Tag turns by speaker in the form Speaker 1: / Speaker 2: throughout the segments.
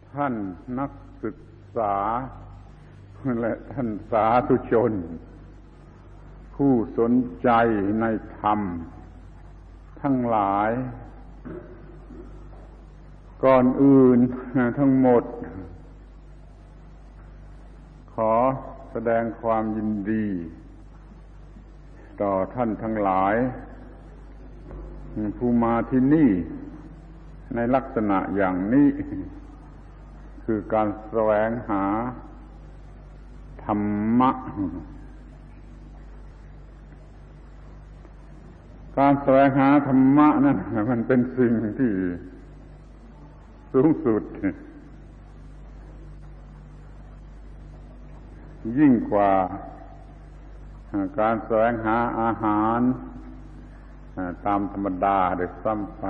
Speaker 1: ท่านนักศึกษาและท่านสาธุชนผู้สนใจในธรรมทั้งหลายก่อนอื่นทั้งหมดขอแสดงความยินดีต่อท่านทั้งหลายผู้มาที่นี่ในลักษณะอย่างนี้คือการแสวงหาธรรมะการแสวงหาธรรมะนั่นมันเป็นสิ่งที่สูงสุดยิ่งกว่าการแสวงหาอาหารตามธรรมดาโดยซ้ำไป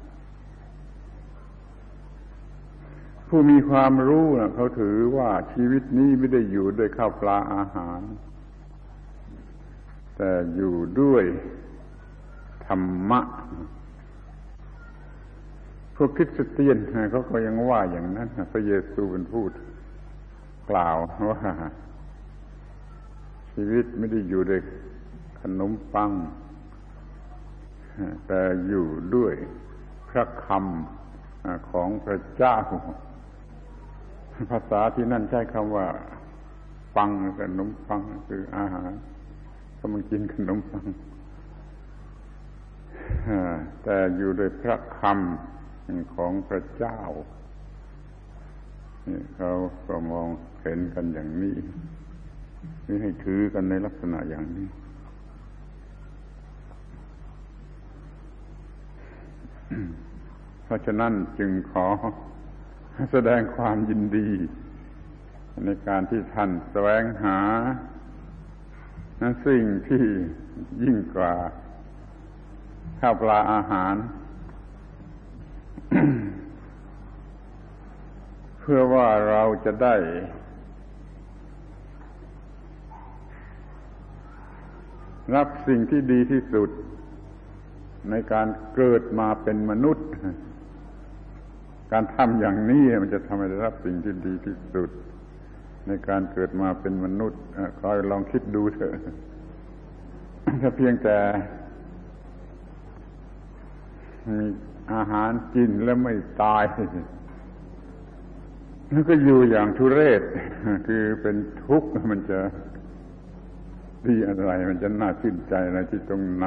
Speaker 1: ผู้มีความรู้เขาถือว่าชีวิตนี้ไม่ได้อยู่ด้วยข้าวปลาอาหารแต่อยู่ด้วยธรรมะพวกคริสเตียนเขาก็ยังว่าอย่างนั้นพระเยซูเป็นพูดกล่าวว่าชีวิตไม่ได้อยู่ด้วยขนมปังแต่อยู่ด้วยพระคำของพระเจ้าภาษาที่นั่นใช้คำว่าปังขนมปังคืออาหารก็มันกินขนมปังแต่อยู่ด้วยพระคำของพระเจ้านี่เขาก็มองเห็นกันอย่างนี้นี่ให้ถือกันในลักษณะอย่างนี้เพราะฉะนั้นจึงขอแสดงความยินดีในการที่ท่านแสวงหาสิ่งที่ยิ่งกว่าข้าวปลาอาหาร เพื่อว่าเราจะได้รับสิ่งที่ดีที่สุดในการเกิดมาเป็นมนุษย์การทำอย่างนี้มันจะทำให้ได้รับสิ่งที่ดีที่สุดในการเกิดมาเป็นมนุษย์ขอลองคิดดูเถอะถ้าเพียงแต่มีอาหารกินแล้วไม่ตายแล้วก็อยู่อย่างทุเรศคือเป็นทุกข์มันจะดีอะไรมันจะน่าชื่นใจอะไรที่ตรงไหน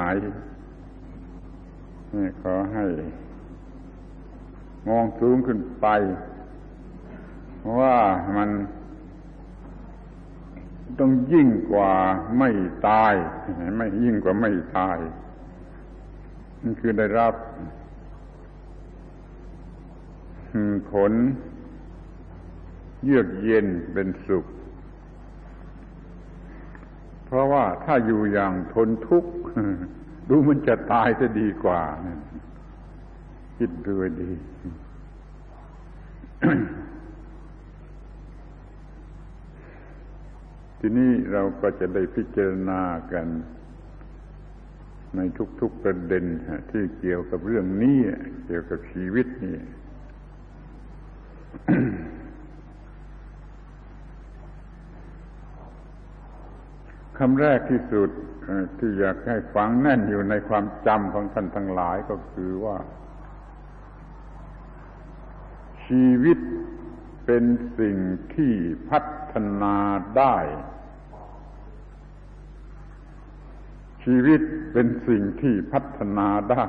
Speaker 1: นี่ขอให้มองสูงขึ้นไปว่ามันต้องยิ่งกว่าไม่ตายไม่ยิ่งกว่าไม่ตายมันคือได้รับผลเยือกเย็นเป็นสุขเพราะว่าถ้าอยู่อย่างทนทุกข์ดูมันจะตายจะดีกว่าคิดดูดี ทีนี้เราก็จะได้พิจารณากันในทุกๆประเด็นที่เกี่ยวกับเรื่องนี้เกี่ยวกับชีวิตนี่ คำแรกที่สุดที่อยากให้ฝังแน่นอยู่ในความจำของท่านทั้งหลายก็คือว่าชีวิตเป็นสิ่งที่พัฒนาได้ชีวิตเป็นสิ่งที่พัฒนาได้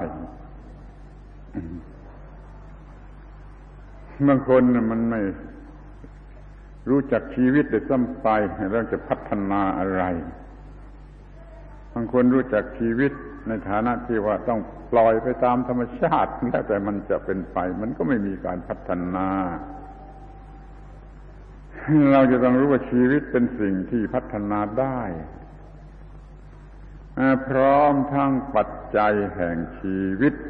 Speaker 1: บางคนมันไม่รู้จักชีวิตเลยซ้ำไปแล้วจะพัฒนาอะไรบางคนรู้จักชีวิตในฐานะที่ว่าต้องปล่อยไปตามธรรมชาติแล้วแต่มันจะเป็นไปมันก็ไม่มีการพัฒนาเราจะต้องรู้ว่าชีวิตเป็นสิ่งที่พัฒนาได้พร้อมทั้งปัจจัยแห่งชีวิต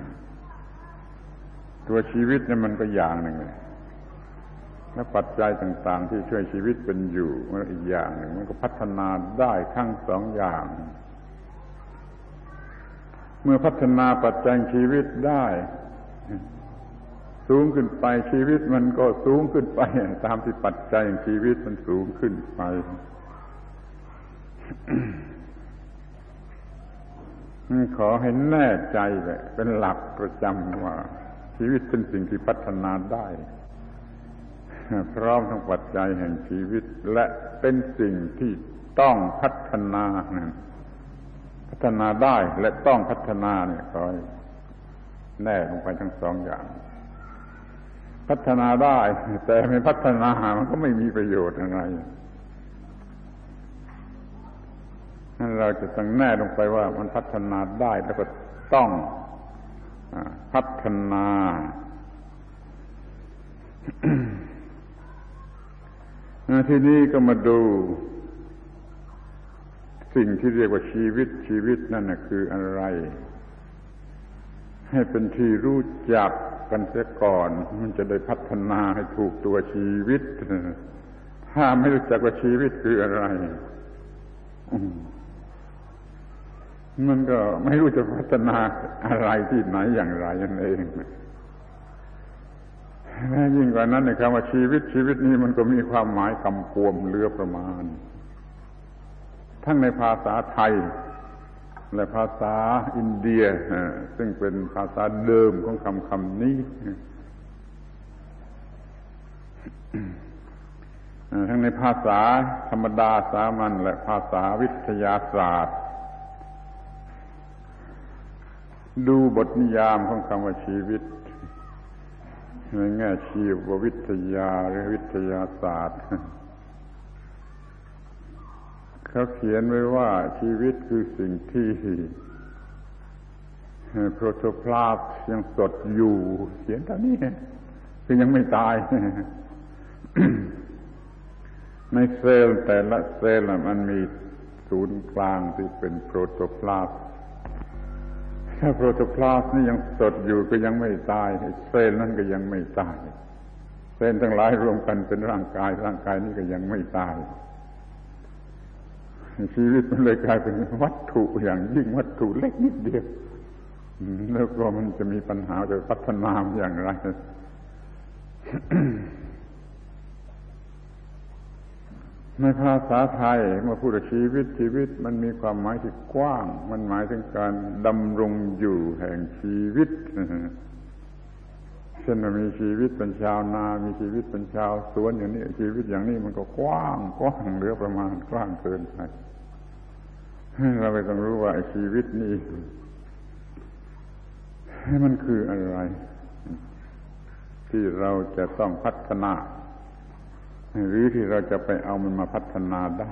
Speaker 1: ตัวชีวิตเนี่ยมันก็อย่างหนึ่งเลยและปัจจัยต่างๆที่ช่วยชีวิตเป็นอยู่มันอีกอย่างหนึ่งมันก็พัฒนาได้ทั้งสองอย่างเมื่อพัฒนาปัจจัยชีวิตได้สูงขึ้นไปชีวิตมันก็สูงขึ้นไปตามที่ปัจจัยของชีวิตมันสูงขึ้นไป ขอให้แน่ใจเลยเป็นหลักประจำว่าชีวิตเป็นสิ่งที่พัฒนาได้พร้อมทั้งปัจจัยแห่งชีวิตและเป็นสิ่งที่ต้องพัฒนาพัฒนาได้และต้องพัฒนาเนี่ยขอให้แน่ลงไปทั้งสองอย่างพัฒนาได้แต่ไม่พัฒนามันก็ไม่มีประโยชน์อะไรนั่นเราจะต้องแน่ลงไปว่ามันพัฒนาได้แล้วก็ต้องพัฒนาทีนี้ก็มาดูสิ่งที่เรียกว่าชีวิตนั่นน่ะคืออะไรให้เป็นที่รู้จักกันเสียก่อนมันจะได้พัฒนาให้ถูกตัวชีวิตถ้าไม่รู้จักว่าชีวิตคืออะไรมันก็ไม่รู้จะพัฒนาอะไรที่ไหนอย่างไรนั่นเองยิ่งกว่านั้นในคำว่าชีวิตนี้มันก็มีความหมายกำกวมเหลือประมาณทั้งในภาษาไทยและภาษาอินเดียซึ่งเป็นภาษาเดิมของคำนี้ทั้งในภาษาธรรมดาสามัญและภาษาวิทยาศาสตร์ดูบทนิยามของคำว่าชีวิตในแง่ชีววิทยาหรือวิทยาศาสตร์เขาเขียนไว้ว่าชีวิตคือสิ่งที่โปรโตพลาสต์ยังสดอยู่เขียนเท่านี้คือยังไม่ตาย ในเซลล์แต่ละเซลล์มันมีศูนย์กลางที่เป็นโปรโตพลาสต์ถ้าโปรโตพลาสต์นี่ยังสดอยู่ก็ยังไม่ตายเซลล์นั่นก็ยังไม่ตายเซลล์ทั้งหลายรวมกันเป็นร่างกายนี้ก็ยังไม่ตายชีวิตมันเลยกลายเป็นวัตถุอย่างยิ่งวัตถุเล็กนิดเดียวแล้วก็มันจะมีปัญหาจะพัฒนาอย่างไร ในภาษาไทยเมื่อพูดถึงชีวิตมันมีความหมายที่กว้างมันหมายถึงการดำรงอยู่แห่งชีวิตเช่นมีชีวิตเป็นชาวนามีชีวิตเป็นชาวสวนอย่างนี้ชีวิตอย่างนี้มันก็กว้างเหลือประมาณกว้างเกินไปเราไปต้องรู้ว่าชีวิตนี้มันคืออะไรที่เราจะต้องพัฒนาหรือที่เราจะไปเอามันมาพัฒนาได้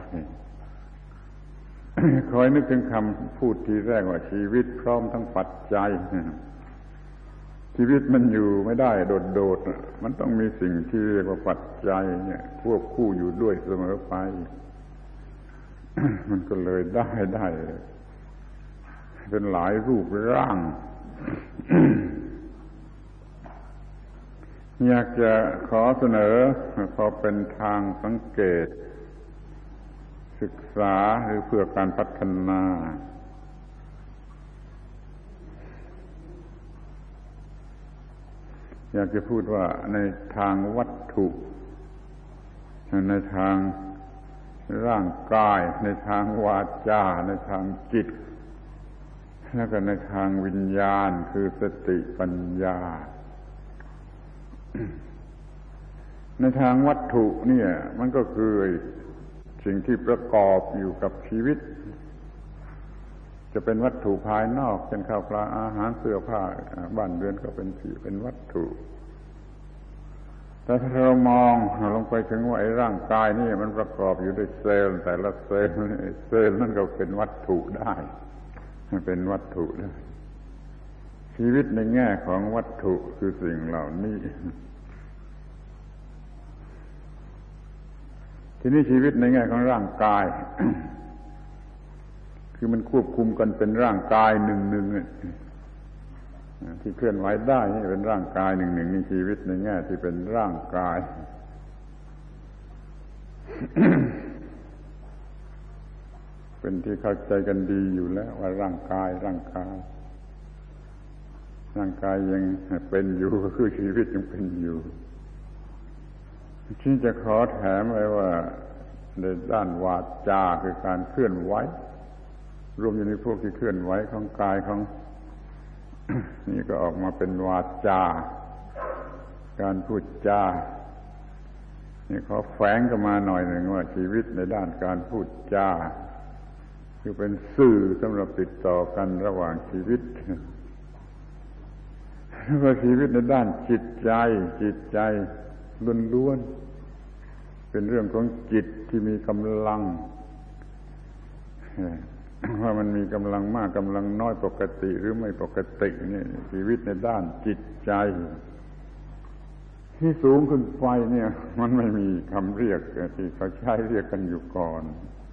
Speaker 1: คอยนึกถึงคำพูดทีแรกว่าชีวิตพร้อมทั้งปัจจัยชีวิตมันอยู่ไม่ได้โดดๆมันต้องมีสิ่งที่เรียกว่าปัจจัยเนี่ยควบคู่อยู่ด้วยเสมอไป มันก็เลยได้เป็นหลายรูปร่าง อยากจะขอเสนอพอเป็นทางสังเกตศึกษาหรือเพื่อการพัฒนาอยากจะพูดว่าในทางวัตถุในทางร่างกายในทางวาจาในทางจิตแล้วก็ในทางวิญญาณคือสติปัญญาในทางวัตถุเนี่ยมันก็คือสิ่งที่ประกอบอยู่กับชีวิตจะเป็นวัตถุภายนอกเป็นข้าวปลาอาหารเสื้อผ้าบ้านเรือนก็เป็นวัตถุแต่ถ้าเรามองลงไปถึงว่าไอ้ร่างกายนี่มันประกอบอยู่ด้วยเซลล์แต่ละเซลล์นั่นก็เป็นวัตถุได้เป็นวัตถุได้ชีวิตในแง่ของวัตถุคือสิ่งเหล่านี้ทีนี้ชีวิตในแง่ของร่างกาย คือมันควบคุมกันเป็นร่างกายหนึ่งที่เคลื่อนไหวได้นี่เป็นร่างกายหนึ่งนี่ชีวิตในแง่ที่เป็นร่างกาย เป็นที่เข้าใจกันดีอยู่แล้วว่าร่างกายร่างกายยังเป็นอยู่ก็คือชีวิตยังเป็นอยู่ที่จะขอแถมไว้ว่าในด้านวาจาคือการเคลื่อนไหวรวมอยู่ในพวกที่เคลื่อนไหวของกายของ นี่ก็ออกมาเป็นวาจาการพูดจานี่ขอแฝงกันมาหน่อยหนึ่งว่าชีวิตในด้านการพูดจาคือเป็นสื่อสำหรับติดต่อกันระหว่างชีวิตแล้วก็ชีวิตในด้านจิตใจล้วนๆเป็นเรื่องของจิตที่มีกำลังว่ามันมีกำลังมากกำลังน้อยปกติหรือไม่ปกตินี่ชีวิตในด้านจิตใจที่สูงขึ้นไปเนี่ยมันไม่มีคำเรียกที่เขาใช้เรียกกันอยู่ก่อน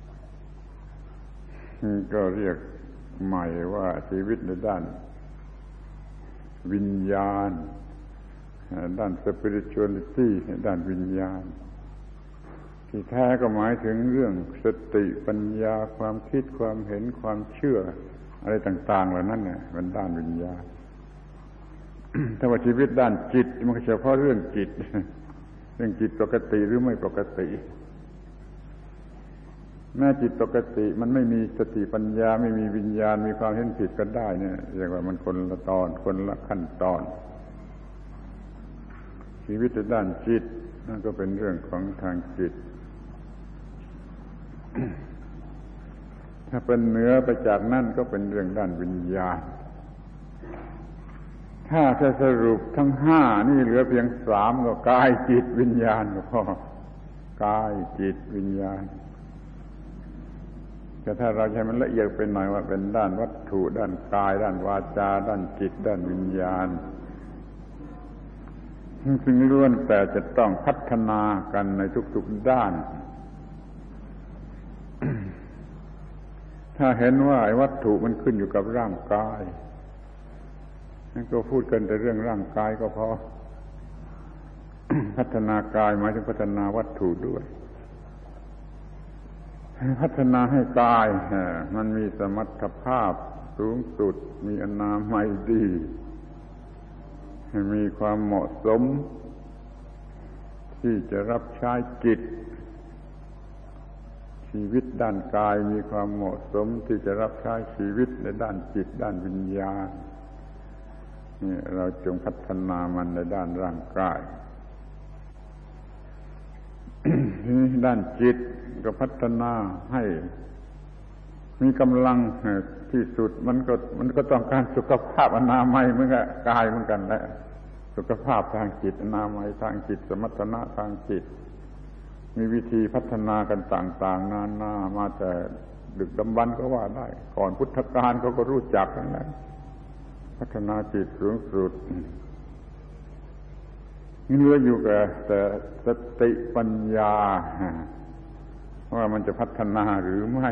Speaker 1: ก็เรียกใหม่ว่าชีวิตในด้านวิญญาณด้าน spirituality ด้านวิญญาณที่แท้ก็หมายถึงเรื่องสติปัญญาความคิดความเห็นความเชื่ออะไรต่างๆเหล่านั้นเนี่ยเป็นด้านวิญญาณ ถ้าว่าชีวิตด้านจิตมันก็เฉพาะเรื่องจิต เรื่องจิตปกติหรือไม่ปกติแม้จิตปกติมันไม่มีสติปัญญาไม่มีวิญญาณมีความเห็นผิดก็ได้เนี่ยเรียกว่ามันคนละตอนคนละขั้นตอนชีวิตในด้านจิตนั่นก็เป็นเรื่องของทางจิต ถ้าเป็นเหนือไปจากนั่นก็เป็นเรื่องด้านวิญญาณถ้าจะสรุปทั้งห้านี่เหลือเพียงสามก็กายจิตวิญญาณก็พอกายจิตวิญญาณแต่ถ้าเราใช้มันละเอียดไปหน่อยว่าเป็นด้านวัตถุด้านกายด้านวาจาด้านจิตด้านวิญญาณซึ่งล้วนแต่จะต้องพัฒนากันในทุกๆด้าน ถ้าเห็นว่าไอ้วัตถุมันขึ้นอยู่กับร่างกายนั่นก็พูดกันแต่เรื่องร่างกายก็พอ พัฒนากายหมายถึงพัฒนาวัตถุด้วยพัฒนาให้กายมันมีสมรรถภาพสูงสุดมีอนามัยดีมีความเหมาะสมที่จะรับใช้จิตชีวิตด้านกายมีความเหมาะสมที่จะรับใช้ชีวิตในด้านจิตด้านวิญญาณนี่เราจงพัฒนามันในด้านร่างกาย ด้านจิตก็พัฒนาให้มีกำลังที่สุดมันก็ต้องการสุขภาพอนามัยเหมือนกับกายเหมือนกันแหละสุขภาพทางจิตอนามัยทางจิตสมรรถนะทางจิตมีวิธีพัฒนากันต่างๆนานามาแต่ดึกดำบรรพ์ก็ว่าได้ก่อนพุทธกาลเขาก็รู้จักทั้งนั้นพัฒนาจิตสูงสุดนี่เหลืออยู่แต่สติปัญญาว่ามันจะพัฒนาหรือไม่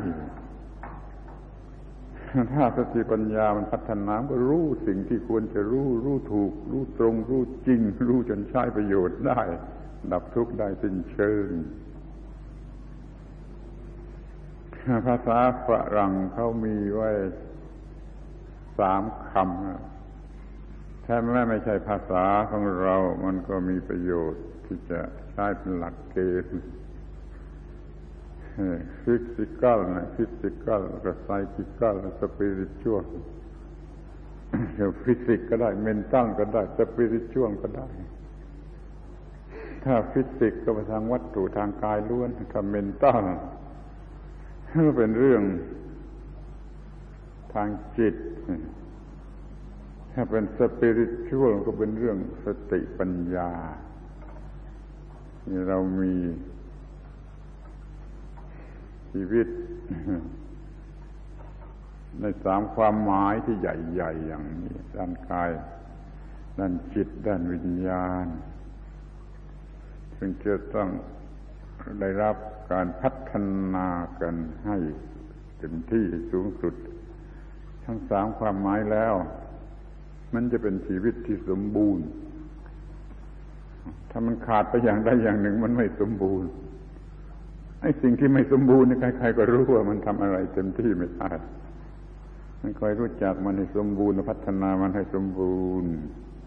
Speaker 1: ถ้าสติปัญญามันพัฒนาก็รู้สิ่งที่ควรจะรู้ถูกรู้ตรงรู้จริงรู้จนใช้ประโยชน์ได้ดับทุกข์ได้สิ้นเชิงภาษาฝรั่งเขามีไว้3 คำถ้าไม่ใช่ภาษาของเรามันก็มีประโยชน์ที่จะใช้เป็นหลักเกณฑ์physical นะ physical แล้วก็ psychical แล้ว spiritual ฟิสิกส์ก็ได้ mental ก็ได้ spiritual ก็ได้ถ้าฟิสิกส์ก็ไปทางวัตถุทางกายล้วนถ้า mental ก็เป็นเรื่องทางจิตถ้าเป็น spiritual ก็เป็นเรื่องสติปัญญาเรามีชีวิตใน3 ความหมายที่ใหญ่ๆอย่างนี้ด้านกายด้านจิตด้านวิญญาณซึ่งจะต้องได้รับการพัฒนากันให้เต็มที่สูงสุดทั้ง3 ความหมายแล้วมันจะเป็นชีวิตที่สมบูรณ์ถ้ามันขาดไปอย่างใดอย่างหนึ่งมันไม่สมบูรณ์ไอ้สิ่งที่ไม่สมบูรณ์นี่ใครๆก็รู้ว่ามันทำอะไรเต็มที่ไม่ได้มันคอยรู้จักมันให้สมบูรณ์พัฒนามันให้สมบูรณ์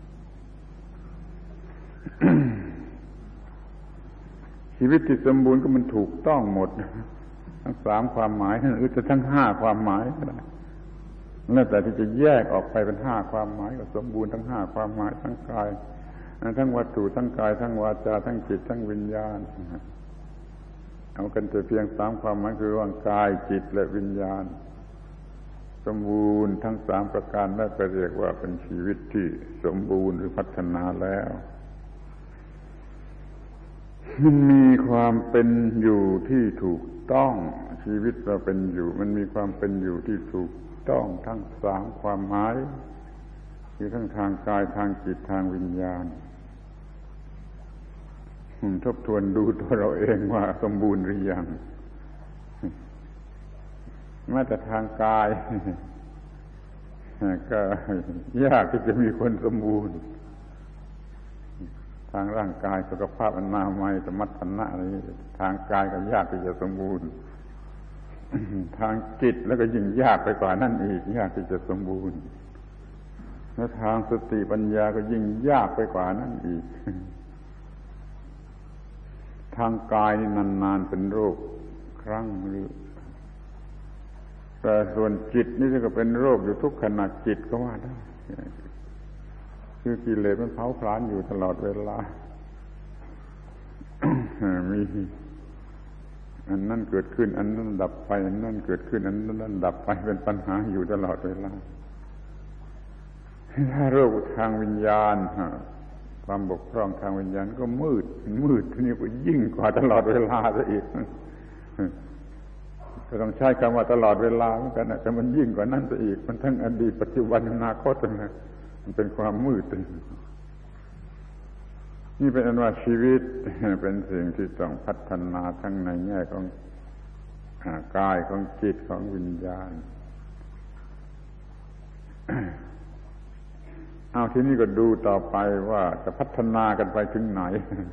Speaker 1: ชีวิตที่สมบูรณ์ก็มันถูกต้องหมดทั้ง3ความหมายหรือจะทั้ง5ความหมายก็ได้แล้วแต่ที่จะแยกออกไปเป็น5ความหมายก็สมบูรณ์ทั้ง5ความหมายทั้งกายทั้งวัตถุทั้งกายทั้งวาจาทั้งจิตทั้งวิญญาณเอากันแต่เพียง3ความหมายคือว่ากายจิตและวิญญาณสมบูรณ์ทั้ง3ประการแล้วก็เรียกว่าเป็นชีวิตที่สมบูรณ์หรือพัฒนาแล้วมันมีความเป็นอยู่ที่ถูกต้องชีวิตเราเป็นอยู่มันมีความเป็นอยู่ที่ถูกต้องทั้ง3ความหมายคือทั้งทางกายทางจิตทางวิญญาณทบทวนดูตัวเราเองว่าสมบูรณ์หรือยังแม้แต่ทางกายก็ยากที่จะมีคนสมบูรณ์ทางร่างกายสุขภาพอนามัยสมรรถนะอะไรทางกายก็ยากที่จะสมบูรณ์ทางจิตแล้วก็ยิ่งยากไปกว่านั้นอีกยากที่จะสมบูรณ์และทางสติปัญญาก็ยิ่งยากไปกว่านั้นอีกทางกายนี่นานๆเป็นโรคครั้งหรือแต่ส่วนจิตนี่ก็เป็นโรคอยู่ทุกขณะจิตก็ว่าได้คือกิเลสมันเผาผลาญอยู่ตลอดเวลา มีอันนั้นเกิดขึ้นอันนั้นดับไปอันนั้นเกิดขึ้นอันนั้นดับไปเป็นปัญหาอยู่ตลอดเวลาถ้าโรคทางวิญญาณความบกพร่องทางวิญญาณก็มืดทีนี้ก็ยิ่งกว่าตลอดเวลาซะอีกก็ต้องใช้คำว่าตลอดเวลาเหมือนกันแต่มันยิ่งกว่านั้นซะอีกมันทั้งอดีตปัจจุบันอนาคตนะมันเป็นความมืดนี่เป็นอันว่าชีวิตเป็นสิ่งที่ต้องพัฒนาทั้งในแง่ของกายของจิตของวิญญาณเอาทีนี้ก็ดูต่อไปว่าจะพัฒนากันไปถึงไหน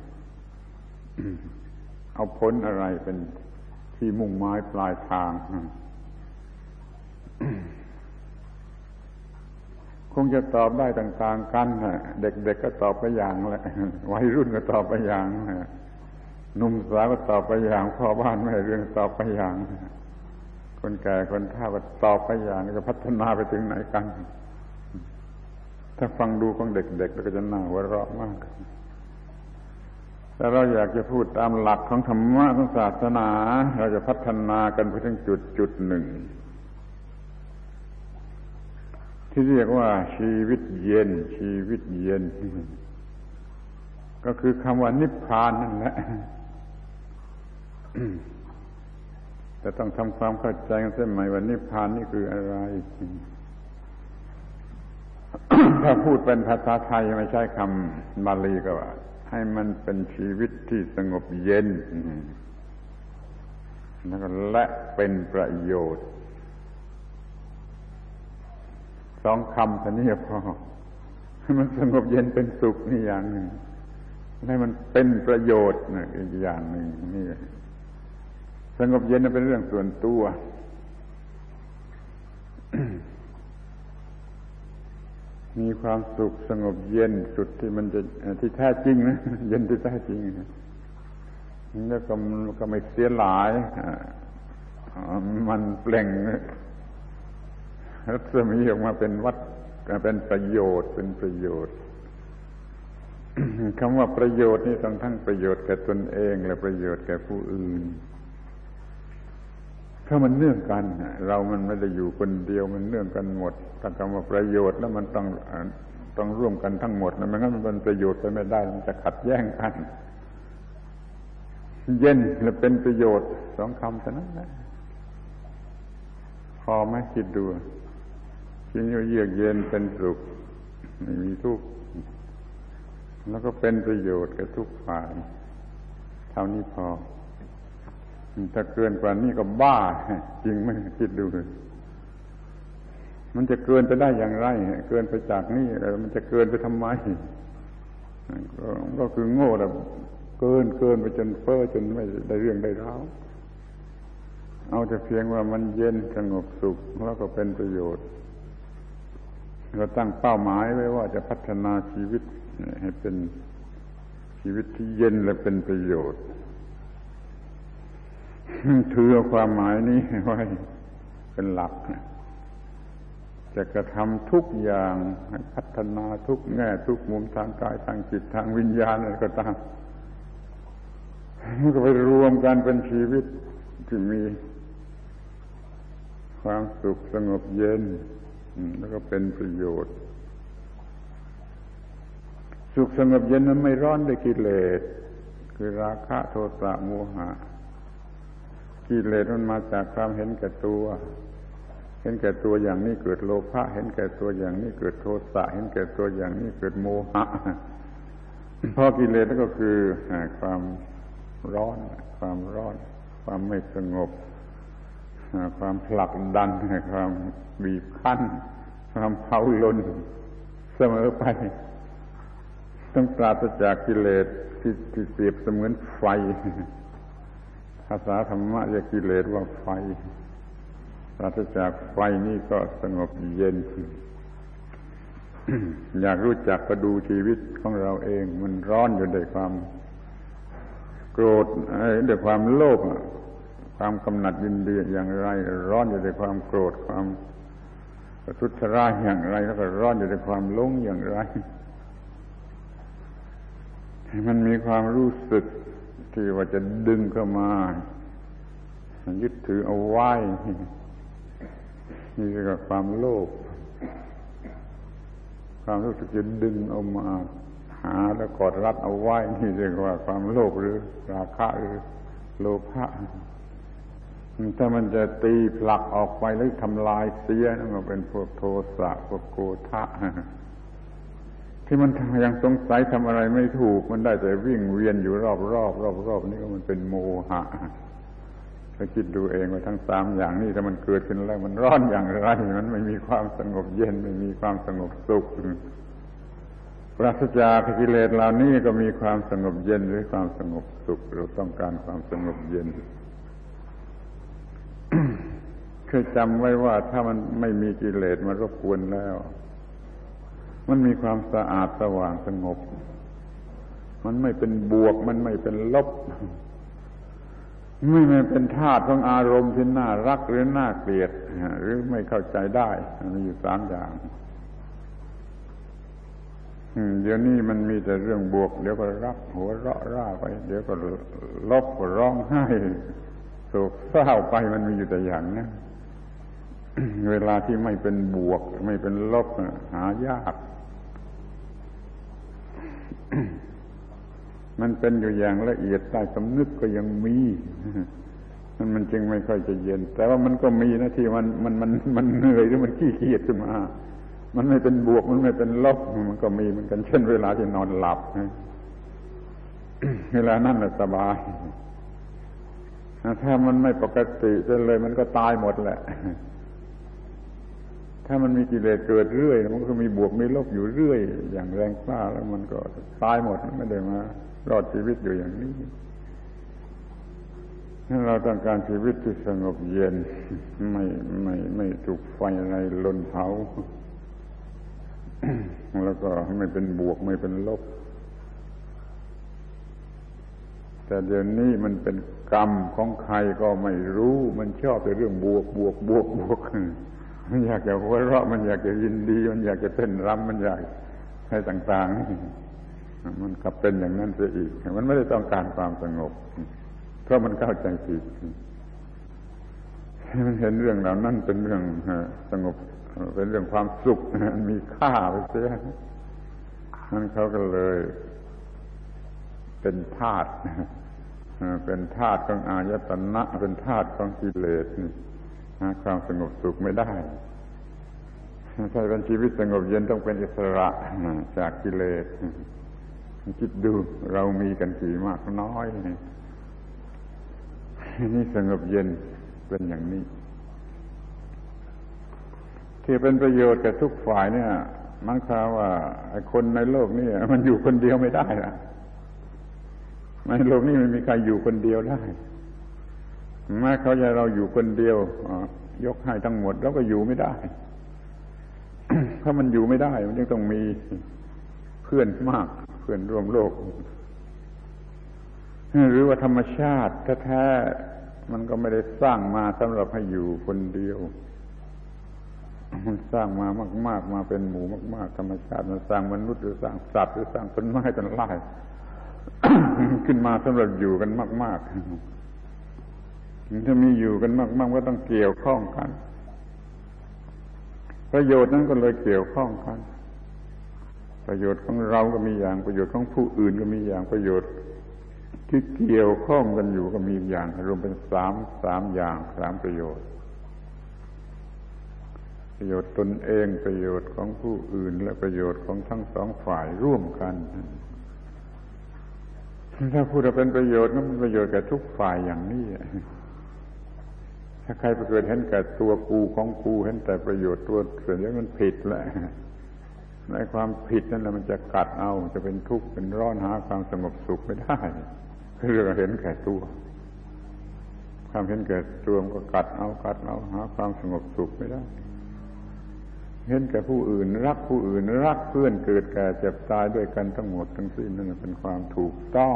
Speaker 1: เอาผลอะไรเป็นที่มุ่งหมายปลายทาง คงจะตอบได้ต่างๆกันเด็กๆก็ตอบไปอย่างแหละวัยรุ่นก็ตอบไปอย่างหนุ่มสาวก็ตอบไปอย่างพ่อบ้านแม่เรือนตอบไปอย่างคนแก่คนเฒ่าก็ตอบไปอย่างจะพัฒนาไปถึงไหนกันถ้าฟังดูของเด็กๆแล้วก็จะน่าหัวเราะมากแต่เราอยากจะพูดตามหลักของธรรมะของศาสนาเราจะพัฒนากันไปถึงจุดหนึ่งที่เรียกว่าชีวิตเย็นชีวิตเย็นก็คือคำว่านิพพานนั่นแหละแต่ต้องทำความเข้าใจกันเสียใหม่ว่านิพพานนี่คืออะไร ถ้าพูดเป็นภาษาไทยไม่ใช่คำบาลีก็ว่าให้มันเป็นชีวิตที่สงบเย็นแล้วก็และเป็นประโยชน์2 คำเท่านี้พอให้มันสงบเย็นเป็นสุขนี่อย่างหนึ่งให้มันเป็นประโยชน์อีกอย่างหนึ่งนี่สงบเย็นเป็นเรื่องส่วนตัวมีความสุขสงบเย็นสุดที่มันจะที่แท้จริงนะเย็นที่แท้จริงแล้วก็ไม่เสียหลายมันเปล่งรัศมีออกมาเป็นเป็นประโยชน์เป็นประโยชน์ คำว่าประโยชน์นี่ต้องทั้งประโยชน์แก่ตนเองและประโยชน์แก่ผู้อื่นถ้ามันเนื่องกันเรามันไม่ได้อยู่คนเดียวมันเนื่องกันหมดถ้าคำว่าประโยชน์แล้วมันต้องร่วมกันทั้งหมดนะไม่งั้นมันเป็นประโยชน์ไปไม่ได้มันจะขัดแย้งกันเย็นและเป็นประโยชน์2 คำเท่านั้นแหละพอไหมคิดดูทีนี้เยือกเย็นเป็นสุขไม่มีทุกข์แล้วก็เป็นประโยชน์แก่ทุกฝ่ายเท่านี้พอถ้าเกินกว่านี้ก็บ้าจริงไหมคิดดูมันจะเกินไปได้อย่างไรเกินไปจากนี้มันจะเกินไปทำไมก็คือโง่แต่เกินไปจนเฟ้อจนไม่ได้เรื่องได้ราวเอาแต่เพียงว่ามันเย็นสงบสุขแล้วก็เป็นประโยชน์เราตั้งเป้าหมายไว้ว่าจะพัฒนาชีวิตให้เป็นชีวิตที่เย็นและเป็นประโยชน์ถือเอาความหมายนี้ไว้เป็นหลักจะกระทำทุกอย่างให้พัฒนาทุกแง่ทุกมุมทางกายทางจิตทางวิญญาณอะไรก็ตามก็ไปรวมกันเป็นชีวิตที่มีความสุขสงบเย็นแล้วก็เป็นประโยชน์สุขสงบเย็นนั้นไม่ร้อนด้วยกิเลสคือราคะโทสะโมหะกิเลสมันมาจากความเห็นแก่ตัวเห็นแก่ตัวอย่างนี้เกิดโลภะเห็นแก่ตัวอย่างนี้เกิดโทสะเห็นแก่ตัวอย่างนี้เกิดโมหะเพราะกิเลสนั่นก็คือความร้อนความไม่สงบความผลักดันความบีบคั้นความเผาลนเสมอไปต้องปราศจากกิเลสที่เปรียบเสมือนไฟภาษาธรรมะเรียกกิเลสว่าไฟปราศจากไฟนี่ก็สงบเย็น อยากรู้จักก็ดูชีวิตของเราเองมันร้อนอยู่ด้วยความโกรธด้วยความโลภความกำหนัดยินดีอย่างไรร้อนอยู่ด้วยความโกรธความทุจริตอย่างไรแล้วก็ร้อนอยู่ด้วยความหลงอย่างไรมันมีความรู้สึกที่ว่าจะดึงเข้ามายึดถือเอาไว้นี่เรียกว่าความโลภความรู้สึกจะดึงเอามาหาแล้วกอดรัดเอาไว้นี่เรียกว่าความโลภหรือราคะหรือโลภะถ้ามันจะตีผลักออกไปหรือทำลายเสียนั่นก็เป็นพวกโทสะพวกโกฏะที่มันยังสงสัยทำอะไรไม่ถูกมันได้แต่วิ่งเวียนอยู่รอบนี่ก็มันเป็นโมหะถ้าคิดดูเองว่าทั้งสามอย่างนี้ถ้ามันเกิดขึ้นแล้วมันร้อนอย่างไรมันไม่มีความสงบเย็นไม่มีความสงบสุขปราศจากกิเลสเหล่านี้ก็มีความสงบเย็นหรือความสงบสุขเราต้องการความสงบเย็น เคยจำไว้ว่าถ้ามันไม่มีกิเลสมารบกวนแล้วมันมีความสะอาดสว่างสงบมันไม่เป็นบวกมันไม่เป็นลบไม่เป็นธาตุของอารมณ์ที่น่ารักหรือน่าเกลียดหรือไม่เข้าใจได้มีอยู่สามอย่างเดี๋ยวนี้มันมีแต่เรื่องบวกเดี๋ยวก็รักหัวเราะร่าไปเดี๋ยวก็ลบก็ร้องไห้โศกเศร้าไปมันมีอยู่แต่อย่างนั้นเวลาที่ไม่เป็นบวกไม่เป็นลบหายากมันเป็นอยู่อย่างละเอียดใต้สำนึกก็ยังมีมันจึงไม่ค่อยจะเย็นแต่ว่ามันก็มีนะที่มันเหนื่อยหรือมันขี้เกียจขึ้นมามันไม่เป็นบวกมันไม่เป็นลบมันก็มีเหมือนกันเช่นเวลาที่นอนหลับเวลานั้นแหละสบายถ้ามันไม่ปกติเลยมันก็ตายหมดแหละถ้ามันมีกิเลสเกิดเรื่อยมันก็มีบวกมีลบอยู่เรื่อยอย่างแรงกล้าแล้วมันก็ตายหมดไม่ได้มารอดชีวิตอยู่อย่างนี้ถ้าเราต้องการชีวิตที่สงบเย็นไม่ถูกไฟอะไรลนเผาแล้วก็ไม่เป็นบวกไม่เป็นลบแต่เดี๋ยวนี้มันเป็นกรรมของใครก็ไม่รู้มันชอบแต่เรื่องบวกมันอยากจะหัวเราะมันอยากจะยินดีมันอยากจะเต้นรำมันอยากให้ต่างๆมันกลับเป็นอย่างนั้นเสียอีกมันไม่ได้ต้องการความสงบเพราะมันเข้าใจผิดมันเห็นเรื่องเหล่านั้นเป็นเรื่องสงบเป็นเรื่องความสุขมีค่าไปเสียนั่นเขาก็เลยเป็นธาตุเป็นธาตุของอายตนะเป็นธาตุของกิเลสหาความสงบสุขไม่ได้ถ้าเป็นชีวิตสงบเย็นต้องเป็นอิสระจากกิเลสคิดดูเรามีกันกี่มากน้อยนี่สงบเย็นเป็นอย่างนี้ที่เป็นประโยชน์กับทุกฝ่ายเนี่ยมันคือว่าไอ้คนในโลกนี่มันอยู่คนเดียวไม่ได้นะในโลกนี้ไม่มีใครอยู่คนเดียวได้แม้เขาจะเราอยู่คนเดียวยกให้ทั้งหมดเราก็อยู่ไม่ได้ ถ้ามันอยู่ไม่ได้มันจึงต้องมีเพื่อนมากเพื่อนร่วมโลกหรือว่าธรรมชาติแท้ๆมันก็ไม่ได้สร้างมาสำหรับให้อยู่คนเดียวมันสร้างมามากๆมาเป็นหมู่มากๆธรรมชาติมันสร้างมนุษย์หรือสร้างสัตว์หรือสร้างต้นไม้ต้นไม้ ขึ้นมาสำหรับอยู่กันมากๆถ้ามีอยู่กันมากๆก็ต้องเกี่ยวข้องกันประโยชน์นั้นก็เลยเกี่ยวข้องกันประโยชน์ของเราก็มีอย่างประโยชน์ของผู้อื่นก็มีอย่างประโยชน์ที่เกี่ยวข้องกันอยู่ก็มีอย่างรวมเป็นสามอย่าง3ประโยชน์ประโยชน์ตนเองประโยชน์ของผู้อื่นและประโยชน์ของทั้งสองฝ่ายร่วมกันถ้าพูดว่าเป็นประโยชน์นั้นเป็นประโยชน์แก่ทุกฝ่ายอย่างนี้ถ้าใครไปเกิดเห็นแก่ตัวกูของกูเห็นแต่ประโยชน์ตัวส่วนนี้มันผิดแหละในความผิดนั่นแหละมันจะกัดเอาจะเป็นทุกข์เป็นร้อนหาความสงบสุขไม่ได้เรื่องเห็นแก่ตัวความเห็นแก่ตัวมันก็กัดเอาหาความสงบสุขไม่ได้เห็นแก่ผู้อื่นรักผู้อื่นรักเพื่อนเกิดแก่เจ็บตายด้วยกันทั้งหมดทั้งสิ้นนั่นเป็นความถูกต้อง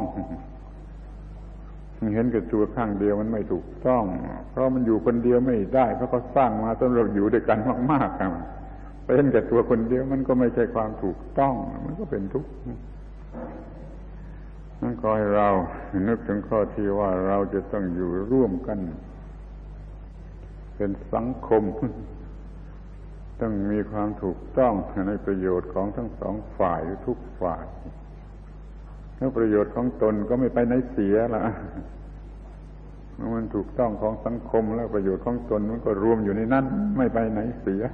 Speaker 1: เห็นแก่ตัวข้างเดียวมันไม่ถูกต้องเพราะมันอยู่คนเดียวไม่ได้เพราะเขาสร้างมาสำหรับอยู่ด้วยกันมากๆครับไปเห็นแก่ตัวคนเดียวมันก็ไม่ใช่ความถูกต้องมันก็เป็นทุกข์นั่นก็ให้เรานึกถึงข้อที่ว่าเราจะต้องอยู่ร่วมกันเป็นสังคมต้องมีความถูกต้องในประโยชน์ของทั้งสองฝ่ายหรือทุกฝ่ายแล้วประโยชน์ของตนก็ไม่ไปไหนเสียละมันถูกต้องของสังคมแล้วประโยชน์ของตนมันก็รวมอยู่ในนั้นไม่ไปไหนเสีย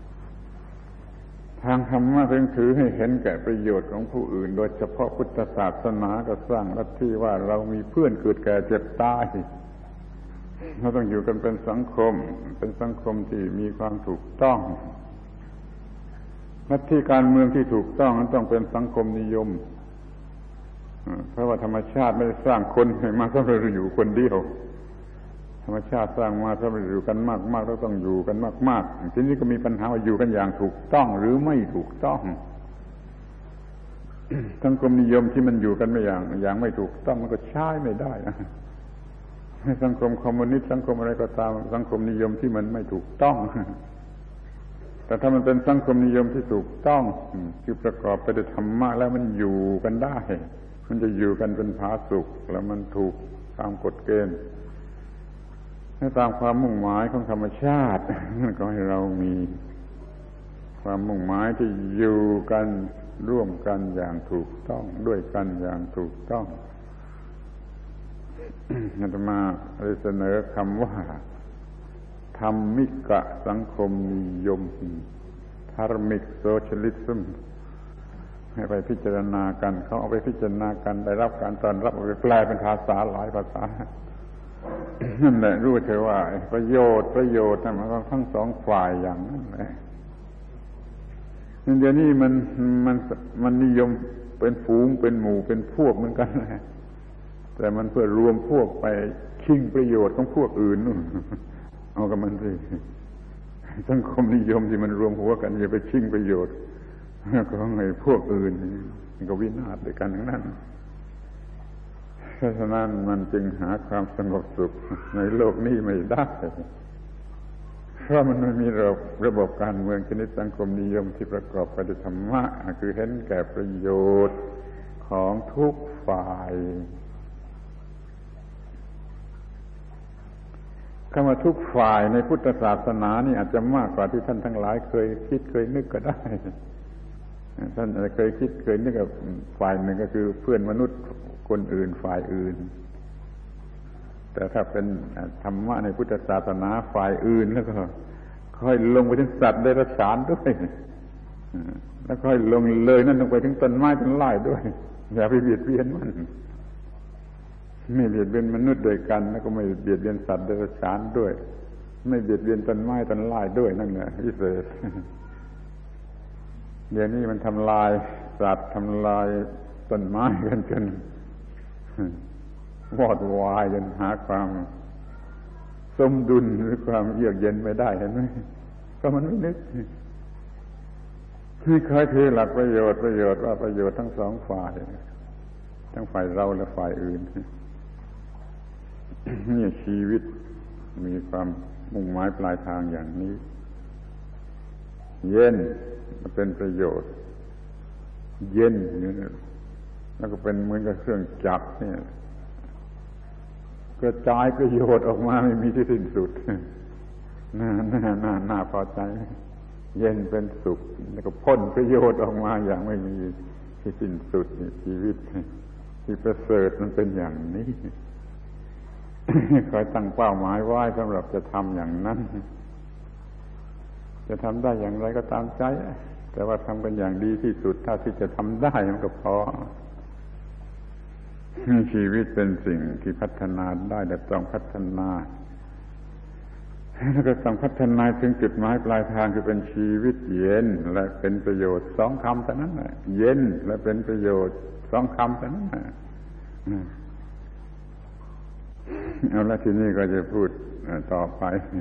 Speaker 1: ทางธรรมะเพิ่งถือให้เห็นแก่ประโยชน์ของผู้อื่นโดยเฉพาะพุทธศาสนาก็สร้างลัทธิว่าเรามีเพื่อนเกิดแก่เจ็บตายเราต้องอยู่กันเป็นสังคมที่มีความถูกต้องลัทธิการเมืองที่ถูกต้องนั้นต้องเป็นสังคมนิยมเพราะว่าธรรมชาติไม่ได้สร้างคนให้มาสำหรับอยู่คนเดียวธรรมชาติสร้างมาสำหรับอยู่กันมากๆแล้วต้องอยู่กันมากๆทีนี้ก็มีปัญหาว่าอยู่กันอย่างถูกต้องหรือไม่ถูกต้อง สังคมนิยมที่มันอยู่กันไม่อย่างไม่ถูกต้องมันก็ใช้ไม่ได้นะสังคมคอมมิวนิสต์สังคมอะไรก็ตามสังคมนิยมที่มันไม่ถูกต้องแต่ถ้ามันเป็นสังคมนิยมที่ถูกต้องคือประกอบไปด้วยธรรมะแล้วมันอยู่กันได้มันจะอยู่กันเป็นผาสุกแล้วมันถูกตามกฎเกณฑ์ให้ตามความมุ่งหมายของธรรมชาตินั่นก็ให้เรามีความมุ่งหมายที่อยู่กันร่วมกันอย่างถูกต้องด้วยกันอย่างถูกต้องอาตมาได้เสนอคำว่าธรรมิกะสังคมนิยม Dharmic Socialism ให้ไปพิจารณากันเขาเอาไปพิจารณากันได้รับการต้อนรับเอาไปแปลเป็นภาษาหลายภาษานั่นแหละรู้เถอะว่าประโยชน์นั่นมันก็ทั้งสองฝ่ายอย่างนั้นแหละเดี๋ยวนี้มันนิยมเป็นฝูงเป็นหมู่เป็นพวกเหมือนกันแหละแต่มันเพื่อรวมพวกไปชิงประโยชน์ของพวกอื่นนู่นเอากับมันสิสังคมนิยมที่มันรวมหัวกันอย่าไปชิงประโยชน์ของไอ้พวกอื่นมันก็วินาศด้วยกันทั้งนั้นเพราะฉะนั้นมันจึงหาความสงบสุขในโลกนี้ไม่ได้เพราะมันไม่มีระบบการเมืองชนิดสังคมนิยมที่ประกอบไปด้วยธรรมะคือเห็นแก่ประโยชน์ของทุกฝ่ายคำว่าทุกฝ่ายในพุทธศาสนานี่อาจจะมากกว่าที่ท่านทั้งหลายเคยคิดเคยนึกก็ได้ท่านเคยคิดเคยนึกกับฝ่ายหนึ่งก็คือเพื่อนมนุษย์คนอื่นฝ่ายอื่นแต่ถ้าเป็นธรรมะในพุทธศาสนาฝ่ายอื่นแล้วก็ค่อยลงไปถึงสัตว์เดรัจฉานด้วยแล้วค่อยลงเลยนั่นลงไปถึงต้นไม้ต้นไม้ด้วยอย่าไปเบียดเบียนมันไม่เบียดเบียนมนุษย์ด้วยกันแล้วก็ไม่เบียดเบียนสัตว์เดรัจฉานด้วยไม่เบียดเบียนต้นไม้ต้นไม้ด้วยนั่นแหละพิเศษเดี๋ยวนี้มันทำลายสัตว์ทำลายต้นไม้กันจนวอดวายจนหาความสมดุลหรือความเยือกเย็นไม่ได้เห็นไหมก็มันไม่นึกไม่เคยถือหลักประโยชน์ว่าประโยชน์ทั้งสองฝ่ายทั้งฝ่ายเราและฝ่ายอื่นนี่ชีวิตมีความมุ่งหมายปลายทางอย่างนี้เย็นเป็นประโยชน์เย็นนี่แล้วก็เป็นเหมือนกับเครื่องจักรเนี่ยกระจายประโยชน์ออกมาไม่มีที่สิ้นสุดน่าพอใจเย็นเป็นสุขแล้วก็พ้นประโยชน์ออกมาอย่างไม่มีที่สิ้นสุดชีวิตที่ประเสริฐมันเป็นอย่างนี้คอยตั้งเป้าหมายไว้สำหรับจะทำอย่างนั้นจะทำได้อย่างไรก็ตามใจแต่ว่าทำกันอย่างดีที่สุดเท่าที่จะทำได้มันก็พอชีวิตเป็นสิ่งที่พัฒนาได้แต่ต้องพัฒนาแล้วก็ต้องพัฒนาถึงจุดหมายปลายทางคือเป็นชีวิตเย็นและเป็นประโยชน์สองคำเท่านั้นแหละเย็นและเป็นประโยชน์สองคำเท่านั้นแหละเอาละทีนี้ก็จะพูดต่อไป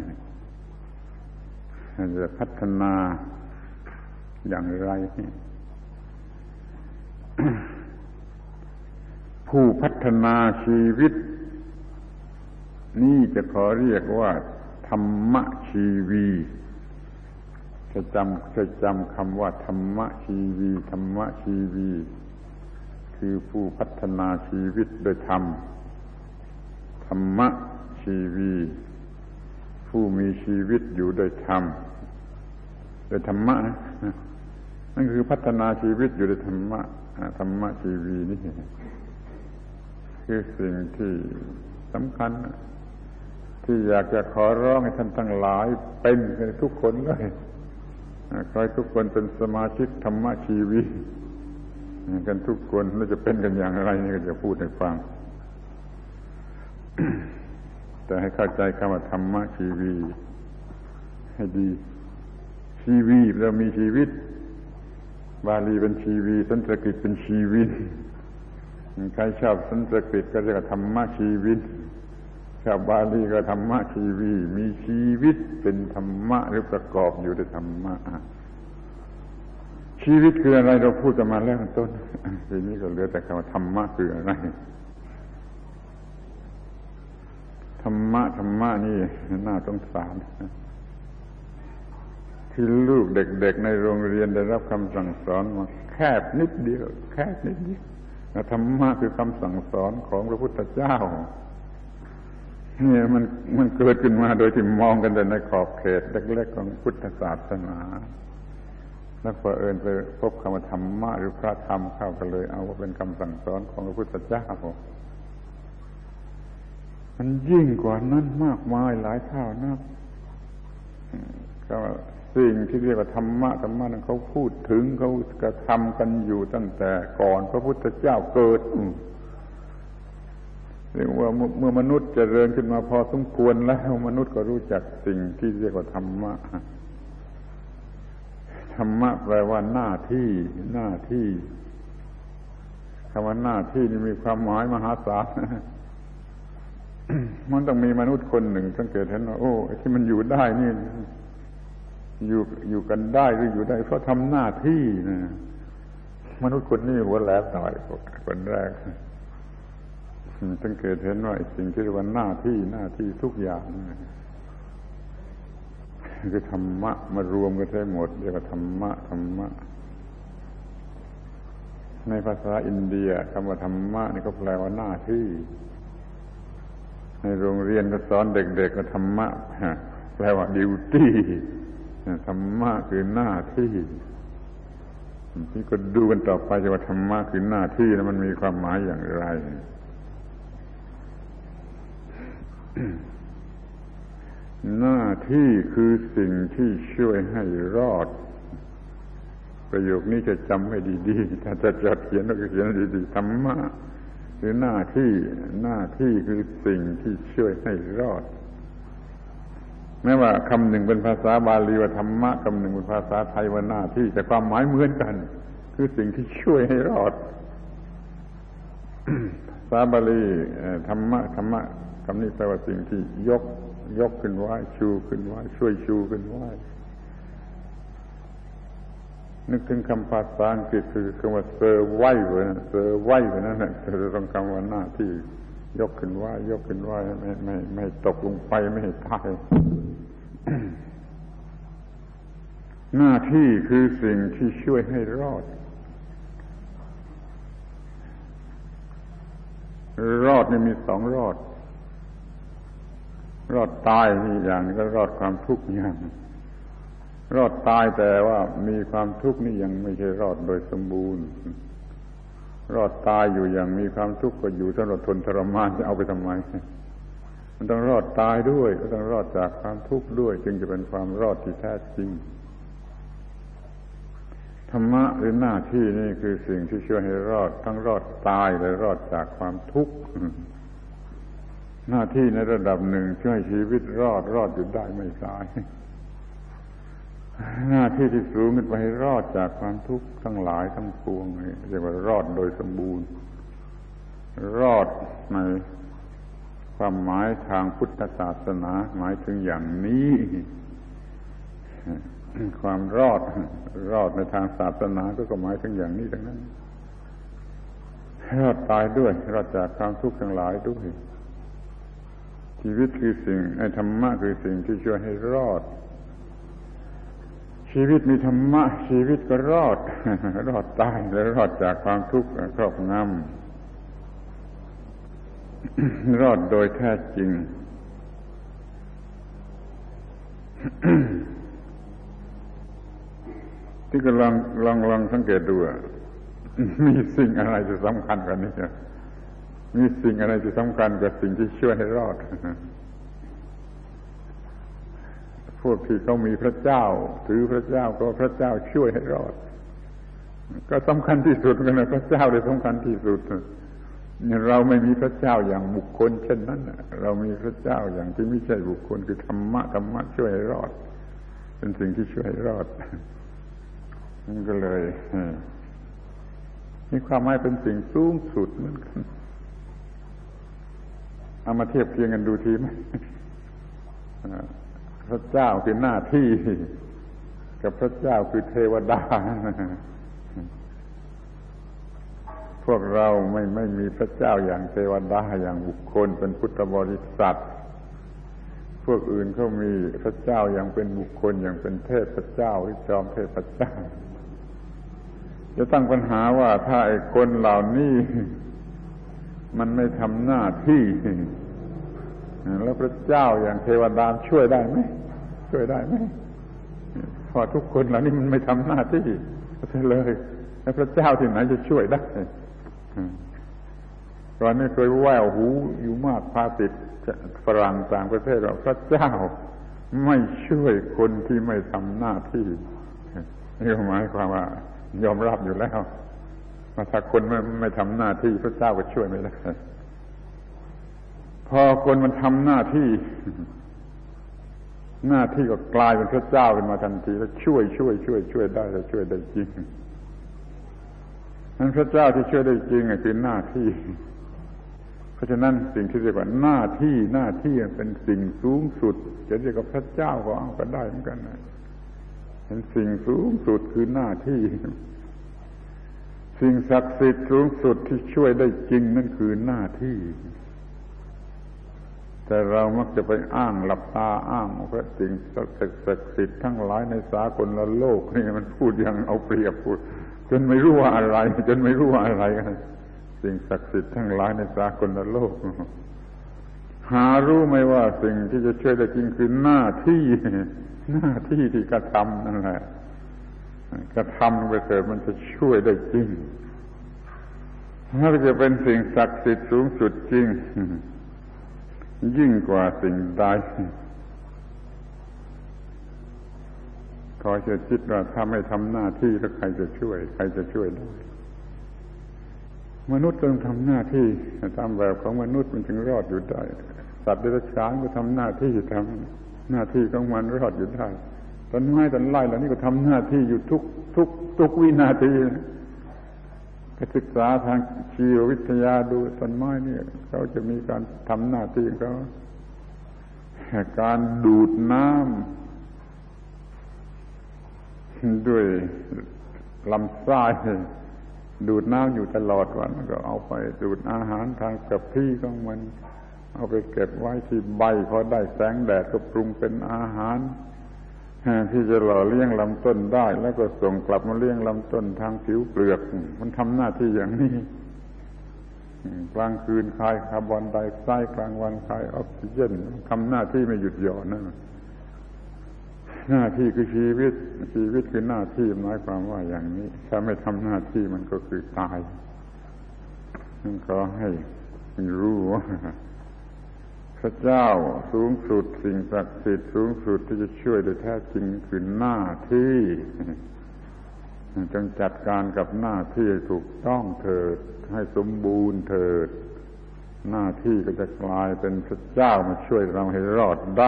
Speaker 1: จะพัฒนาอย่างไรผู้พัฒนาชีวิตนี่จะขอเรียกว่าธรรมชีวีจะจำคำว่าธรรมชีวีคือผู้พัฒนาชีวิตโดยธรรมธรรมชีวีผู้มีชีวิตอยู่โดยธรรมโดยธรรมะนะนั่นคือพัฒนาชีวิตอยู่โดยธรรมชีวีนี่คือสิ่งที่สำคัญที่อยากจะขอร้องให้ท่านทั้งหลายเป็นกันทุกคนเลยใครทุกคนเป็นสมาชิกธรรมชีวีกันทุกคนแล้วจะเป็นกันอย่างไรนี่ก็จะพูดให้ฟัง แต่ให้เข้าใจคำว่าธรรมชีวีให้ดีชีวีเรามีชีวิตบาลีเป็นชีวีสันสกฤตเป็นชีวิตใครชอบสันสกฤตก็เรียกว่าธรรมชีวิตชอบบาลีก็ธรรมชีวีมีชีวิตเป็นธรรมะหรือประกอบอยู่ด้วยธรรมะชีวิตคืออะไรเราพูดกันมาแล้วต้นทีนี้ก็เหลือแต่คำว่าธรรมะคืออะไรธรรมะนี่น่าสงสารที่ลูกเด็กๆในโรงเรียนได้รับคำสั่งสอนมาแคบนิดเดียวธรรมะคือคำสั่งสอนของพระพุทธเจ้าเนี่ยมันเกิดขึ้นมาโดยที่มองกันแต่ในขอบเขตเล็กๆของพุทธศาสนาแล้วพอไปพบคำว่าธรรมะหรือพระธรรมเข้ากันเลยเอาว่าเป็นคำสั่งสอนของพระพุทธเจ้ามันยิ่งกว่านั้นมากมายหลายเท่านักก็สิ่งที่เรียกว่าธรรมะนั้นเขาพูดถึงเขากระทำกันอยู่ตั้งแต่ก่อนพระพุทธเจ้าเกิดเรียกว่าเมื่อมนุษย์เจริญขึ้นมาพอสมควรแล้วมนุษย์ก็รู้จักสิ่งที่เรียกว่าธรรมะแปลว่าหน้าที่คำว่าหน้าที่นี่มีความหมายมหาศาลมันต้องมีมนุษย์คนหนึ่งสังเกตเห็นว่าโอ้ที่มันอยู่ได้นี่อยู่กันได้หรืออยู่ได้เพราะทำหน้าที่นะมนุษย์คนนี้หัวแหลมหน่อยคนแรกสังเกตเห็นว่าสิ่งที่เรียกว่าหน้าที่ทุกอย่างคือธรรมะมารวมกันได้หมดเรียกว่าธรรมะในภาษาอินเดียคำว่าธรรมะนี่ก็แปลว่าหน้าที่ในโรงเรียนก็สอนเด็กๆว่าธรรมะแปลว่าดิวตี้ธรรมะคือหน้าที่ที่ก็ดูกันต่อไปว่าธรรมะคือหน้าที่แล้วมันมีความหมายอย่างไรหน้าที่คือสิ่งที่ช่วยให้รอดประโยคนี้จะจำให้ดีๆถ้าจะจดเขียนก็เขียนดีๆธรรมะคือหน้าที่คือสิ่งที่ช่วยให้รอดแม้ว่าคำหนึ่งเป็นภาษาบาลีว่าธรรมะคำหนึ่งเป็นภาษาไทยว่าหน้าที่แต่ความหมายเหมือนกันคือสิ่งที่ช่วยให้รอดภาษาบาลีธรรมะคำนี้แปลว่าสิ่งที่ยกยกขึ้นไว้ชูขึ้นไว้ช่วยชูขึ้นไว้นึกถึงคำภาษาอังกฤษคือคำว่า survive นะ survive นั่นแหละจะต้องคำว่าหน้าที่ยกขึ้นไว้ยกขึ้นไว้ไม่ตกลงไปไม่ให้ตาย หน้าที่คือสิ่งที่ช่วยให้รอดนี่มีสองรอดตายนี่อย่างนี้ก็รอดความทุกข์อย่างรอดตายแต่ว่ามีความทุกข์นี่ยังไม่ใช่รอดโดยสมบูรณ์รอดตายอยู่อย่างมีความทุกข์ก็อยู่สำหรับทนทรมานจะเอาไปทำไมมันต้องรอดตายด้วยก็ต้องรอดจากความทุกข์ด้วยจึงจะเป็นความรอดที่แท้จริงธรรมะหรือหน้าที่นี่คือสิ่งที่ช่วยให้รอดทั้งรอดตายและรอดจากความทุกข์หน้าที่ในระดับหนึ่งช่วยชีวิตรอดอยู่ได้ไม่ตายหน้าที่ที่สูงขึ้นไปให้รอดจากความทุกข์ทั้งหลายทั้งปวงนี่เรียกว่ารอดโดยสมบูรณ์รอดในความหมายทางพุทธศาสนาหมายถึงอย่างนี้ความรอดในทางศาสนาก็หมายถึงอย่างนี้ทั้งนั้นรอดตายด้วยรอดจากความทุกข์ทั้งหลายด้วยชีวิตคือสิ่งธรรมะคือสิ่งที่ช่วยให้รอดชีวิตมีธรรมะชีวิตก็รอดตายและรอดจากความทุกข์ครอบงำรอดโดยแท้จริงที่ก็ลองสังเกตดูมีสิ่งอะไรจะสำคัญกว่านี้มีสิ่งอะไรจะสำคัญกว่าสิ่งที่ช่วยให้รอดพวกที่เขามีพระเจ้าถือพระเจ้าก็พระเจ้าช่วยให้รอดก็สำคัญที่สุดกันนะพระเจ้าเลยสำคัญที่สุดเราไม่มีพระเจ้าอย่างบุคคลเช่นนั้นเรามีพระเจ้าอย่างที่ไม่ใช่บุคคลคือธรรมะช่วยให้รอดเป็นสิ่งที่ช่วยให้รอดนั่นก็เลยมีความหมายเป็นสิ่งสูงสุดเหมือนกันเอามาเทียบเคียงกันดูทีไหมพระเจ้าคือหน้าที่กับพระเจ้าคือเทวดาพวกเราไม่มีพระเจ้าอย่างเทวดาอย่างบุคคลเป็นพุทธบริษัทพวกอื่นเขามีพระเจ้าอย่างเป็นบุคคลอย่างเป็นเทพเจ้าหรือจอมเทพเจ้าจะตั้งปัญหาว่าถ้าไอ้คนเหล่านี้มันไม่ทำหน้าที่แล้วพระเจ้าอย่างเทวดาช่วยได้ไหมเพราะทุกคนเหล่านี้มันไม่ทำหน้าที่เลยแล้วพระเจ้าที่ไหนจะช่วยได้ก่อนนี้เคยแว่วหูอยู่มากภาษิตฝรั่งต่างประเทศว่าพระเจ้าไม่ช่วยคนที่ไม่ทำหน้าที่นี่หมายความว่ายอมรับอยู่แล้วว่าถ้าคนไม่ทำหน้าที่พระเจ้าก็ช่วยไม่ได้พอคนมันทำหน้าที่ก็กลายเป็นพระเจ้าเป็นมาทันทีแล้วช่วยได้แล้วช่วยได้จริงนั้นพระเจ้าที่ช่วยได้จริงคือหน้าที่เพราะฉะนั้นสิ่งที่เรียกว่าหน้าที่เป็นสิ่งสูงสุดจะเรียกว่าพระเจ้าก็เอาก็ได้เหมือนกันนะเป็นสิ่งสูงสุดคือหน้าที่สิ่งศักดิ์สิทธิ์สูงสุดที่ช่วยได้จริงนั่นคือหน้าที่แต่เรามักจะไปอ้างหลับตาอ้างพระสิ่งศักดิ์สิทธิ์ทั้งหลายในสากลโลกนี่มันพูดอย่างเอาเปรียบพูดจนไม่รู้ว่าอะไรกันสิ่งศักดิ์สิทธิ์ทั้งหลายในสากลโลกหารู้ไหมว่าสิ่งที่จะช่วยได้จริงคือหน้าที่ที่กระทำนั่นแหละกระทำไปเถิดมันจะช่วยได้จริงถ้าจะเป็นสิ่งศักดิ์สิทธิ์สูงสุดจริงยิ่งกว่าสิ่งใดขอจะคิดว่าถ้าไม่ทำหน้าที่แล้วใครจะช่วยได้มนุษย์ต้องทำหน้าที่ตามแบบของมนุษย์มันจึงรอดอยู่ได้สัตว์เดรัจฉานก็ทำหน้าที่ของมันรอดอยู่ได้ต้นไม้ต้นไม้เหล่านี้ก็ทำหน้าที่อยู่ทุกวินาทีก็ศึกษาทางชีววิทยาดูต้นไม้เนี่ยเขาจะมีการทำหน้าที่ของเขาการดูดน้ำด้วยลำไส้ดูดน้ำอยู่ตลอดวันก็เอาไปดูดอาหารทางกระพี้ของมันเอาไปเก็บไว้ที่ใบพอได้แสงแดดก็ปรุงเป็นอาหารที่จะหล่อเลี้ยงลำต้นได้แล้วก็ส่งกลับมาเลี้ยงลำต้นทางผิวเปลือกมันทำหน้าที่อย่างนี้กลางคืนคายคาร์บอนไดออกไซด์กลางวันคายออกซิเจนทำหน้าที่ไม่หยุดหย่อนนะหน้าที่คือชีวิตคือหน้าที่หมายความว่าอย่างนี้ถ้าไม่ทำหน้าที่มันก็คือตายนั่นก็ให้รู้ว่าพระเจ้าสูงสุดสิ่งศักดิ์สิทธิ์สูงสุดที่จะช่วยโดยแท้จริงคือหน้าที่จงจัดการกับหน้าที่ถูกต้องเถิดให้สมบูรณ์เถิดหน้าที่ก็จะกลายเป็นพระเจ้ามาช่วยเราให้รอดได้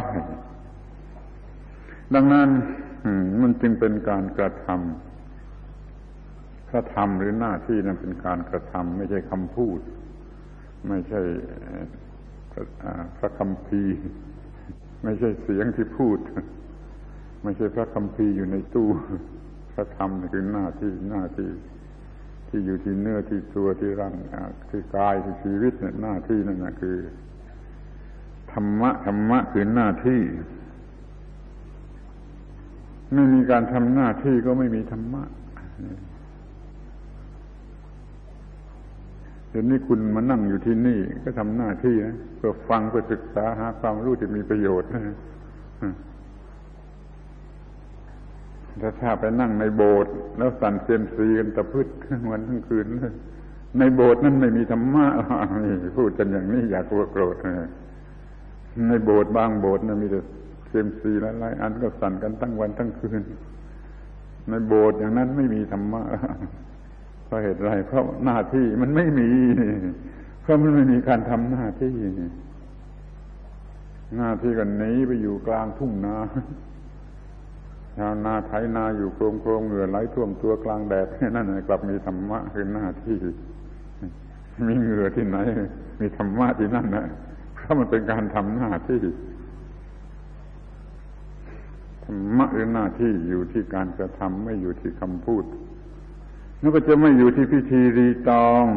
Speaker 1: ดังนั้นมันจึงเป็นการกระทำพระธรรมหรือหน้าที่นั้นเป็นการกระทำไม่ใช่คำพูดไม่ใช่พระคัมภีร์ไม่ใช่เสียงที่พูดไม่ใช่พระคัมภีร์อยู่ในตู้พระธรรมคือหน้าที่ที่อยู่ที่เนื้อที่ตัวที่ร่างที่กายที่ชีวิตเนี่ยหน้าที่นั่นนะคือธรรมะคือหน้าที่ไม่มีการทำหน้าที่ก็ไม่มีธรรมะเดี๋ยวนี้คุณมานั่งอยู่ที่นี่ก็ทำหน้าที่นะเพื่อฟังเพื่อศึกษาหาความรู้ที่มีประโยชน์นะถ้าไปนั่งในโบสถ์แล้วสั่นเซียมซีกันตะพึดทั้งวันทั้งคืนในโบสถ์นั้นไม่มีธรรมะนี่พูดกันอย่างนี้อย่ากลัวโกรธในโบสถ์บางโบสถ์นะมีแต่เซียมซีหลายๆอันก็สั่นกันทั้งวันทั้งคืนในโบสถ์อย่างนั้นไม่มีธรรมะเพราะเหตุไรเพราะหน้าที่มันไม่มีเพราะมันไม่มีการทำหน้าที่กันหนีไปอยู่กลางทุ่งนาชาวนาไถนาอยู่โครมเหงื่อไหลท่วมตัวกลางแดดนั่นกลับมีธรรมะคือหน้าที่มีเหงื่อที่ไหนมีธรรมะที่นั่นนะเพราะมันเป็นการทำหน้าที่ธรรมะหรือหน้าที่อยู่ที่การกระทำไม่อยู่ที่คำพูดแล้วก็จะไม่อยู่ที่พิธีรีตอง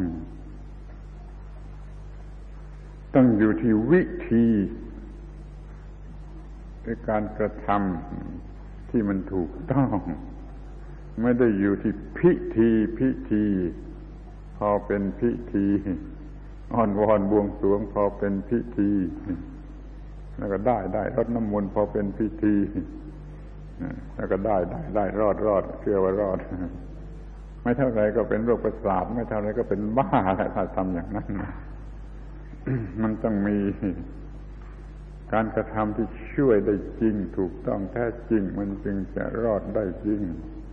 Speaker 1: ต้องอยู่ที่วิธีในการกระทำที่มันถูกต้องไม่ได้อยู่ที่พิธีพอเป็นพิธีอ้อนวอนบวงสรวงพอเป็นพิธีแล้วก็ได้รดน้ำมนต์พอเป็นพิธีแล้วก็ได้รอดเชื่อว่ารอดไม่เท่าไรก็เป็นโรคประสาทไม่เท่าไรก็เป็นบ้าแหละถ้าทำอย่างนั้นมันต้องมีการกระทำที่ช่วยได้จริงถูกต้องแท้จริงมันจึงจะรอดได้จริง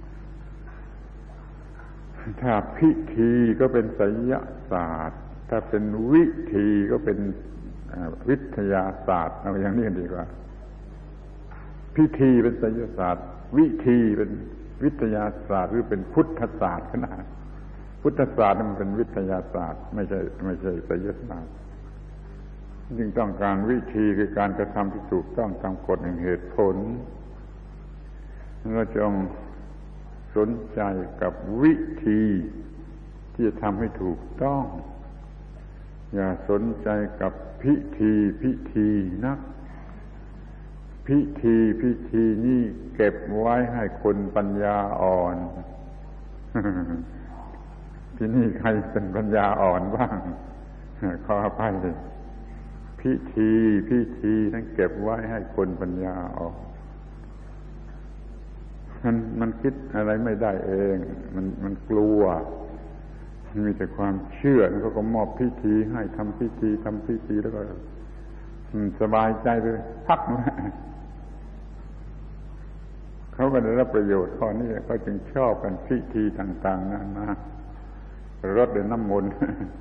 Speaker 1: ถ้าพิธีก็เป็นไสยศาสตร์ถ้าเป็นวิธีก็เป็นวิทยาศาสตร์เอาอย่างนี้ดีกว่าพิธีเป็นไสยศาสตร์วิธีเป็นวิทยาศาสตร์หรือเป็นพุทธศาสตร์ขนาดพุทธศาสตร์มันเป็นวิทยาศาสตร์ไม่ใช่ไสยศาสตร์จึงต้องการวิธีคือการกระทำที่ถูกต้องตามกฎแห่งเหตุผลเราจงสนใจกับวิธีที่จะทำให้ถูกต้องอย่าสนใจกับพิธีนักพิธีนี่เก็บไว้ให้คนปัญญาอ่อนที่นี่ใครเป็นปัญญาอ่อนบ้างขออภัยพิธีนั้นเก็บไว้ให้คนปัญญาอ่อนมันคิดอะไรไม่ได้เองมันกลัวมีแต่ความเชื่อแล้วก็มอบพิธีให้ทำพิธีแล้วก็สบายใจไปพักเขาก็ได้รับประโยชน์ข้อนี้เขาจึงชอบกันพิธีต่างๆนั่นนะรดด้วยน้ำมนต์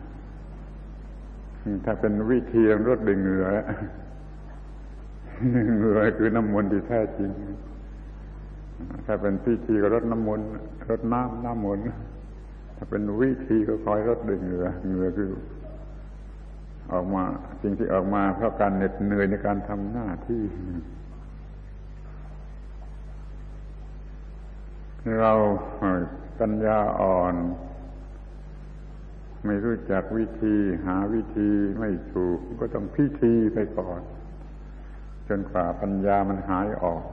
Speaker 1: ถ้าเป็นวิธีรดด้วยเหงื่อคือน้ำมนต์ที่แท้จริงถ้าเป็นพิธีก็รดน้ำมนต์รดน้ำมนต์ถ้าเป็นวิธีก็คอยรดด้วยเหงื่อคือออกมาสิ่งที่ออกมาเพราะการเหน็ดเหนื่อยในการทำหน้าที่เราปัญญาอ่อนไม่รู้จักวิธีหาวิธีไม่ถูกก็ต้องพิธีไปก่อนจนกว่าปัญญามันหายออก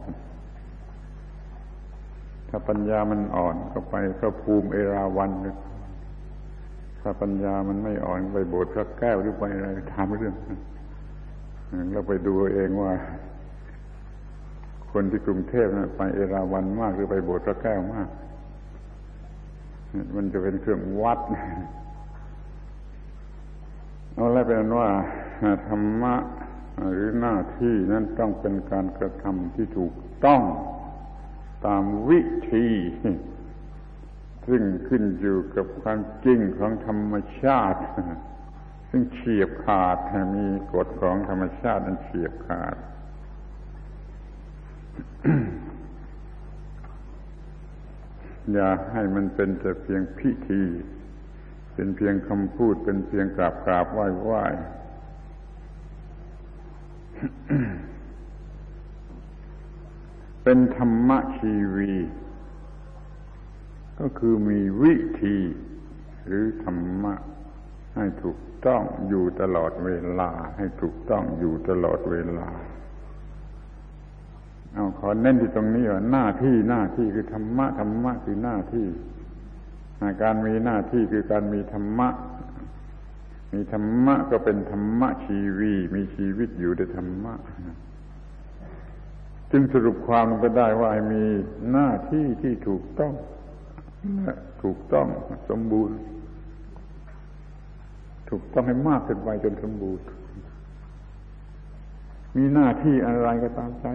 Speaker 1: ถ้าปัญญามันอ่อนก็ไปพระภูมิเอราวัณถ้าปัญญามันไม่อ่อนไปโบสถ์พระแก้วหรือไปอะไรทำเรื่องเราไปดูเองว่าคนที่กรุงเทพไปเอราวัณมากหรือไปโบสถ์พระแก้วมากมันจะเป็นเครื่องวัดเอาแล้วเป็นว่าธรรมะหรือหน้าที่นั้นต้องเป็นการกระทำที่ถูกต้องตามวิธีซึ่งขึ้นอยู่กับความจริงของธรรมชาติซึ่งเฉียบขาดมีกฎของธรรมชาติอันเฉียบขาด อย่าให้มันเป็นแต่เพียงพิธีเป็นเพียงคำพูดเป็นเพียงกราบไหว้ เป็นธรรมชีวีก็คือมีวิธีหรือธรรมะให้ถูกต้องอยู่ตลอดเวลาให้ถูกต้องอยู่ตลอดเวลาขอเน้นที่ตรงนี้ว่าหน้าที่คือธรรมะคือหน้าที่การมีหน้าที่คือการมีธรรมะมีธรรมะก็เป็นธรรมะชีวีมีชีวิตอยู่ด้วยธรรมะจึงสรุปความลงไปได้ว่าให้มีหน้าที่ที่ถูกต้องสมบูรณ์ถูกต้องให้มากเกินไปจนสมบูรณ์มีหน้าที่อะไรก็ตามใจ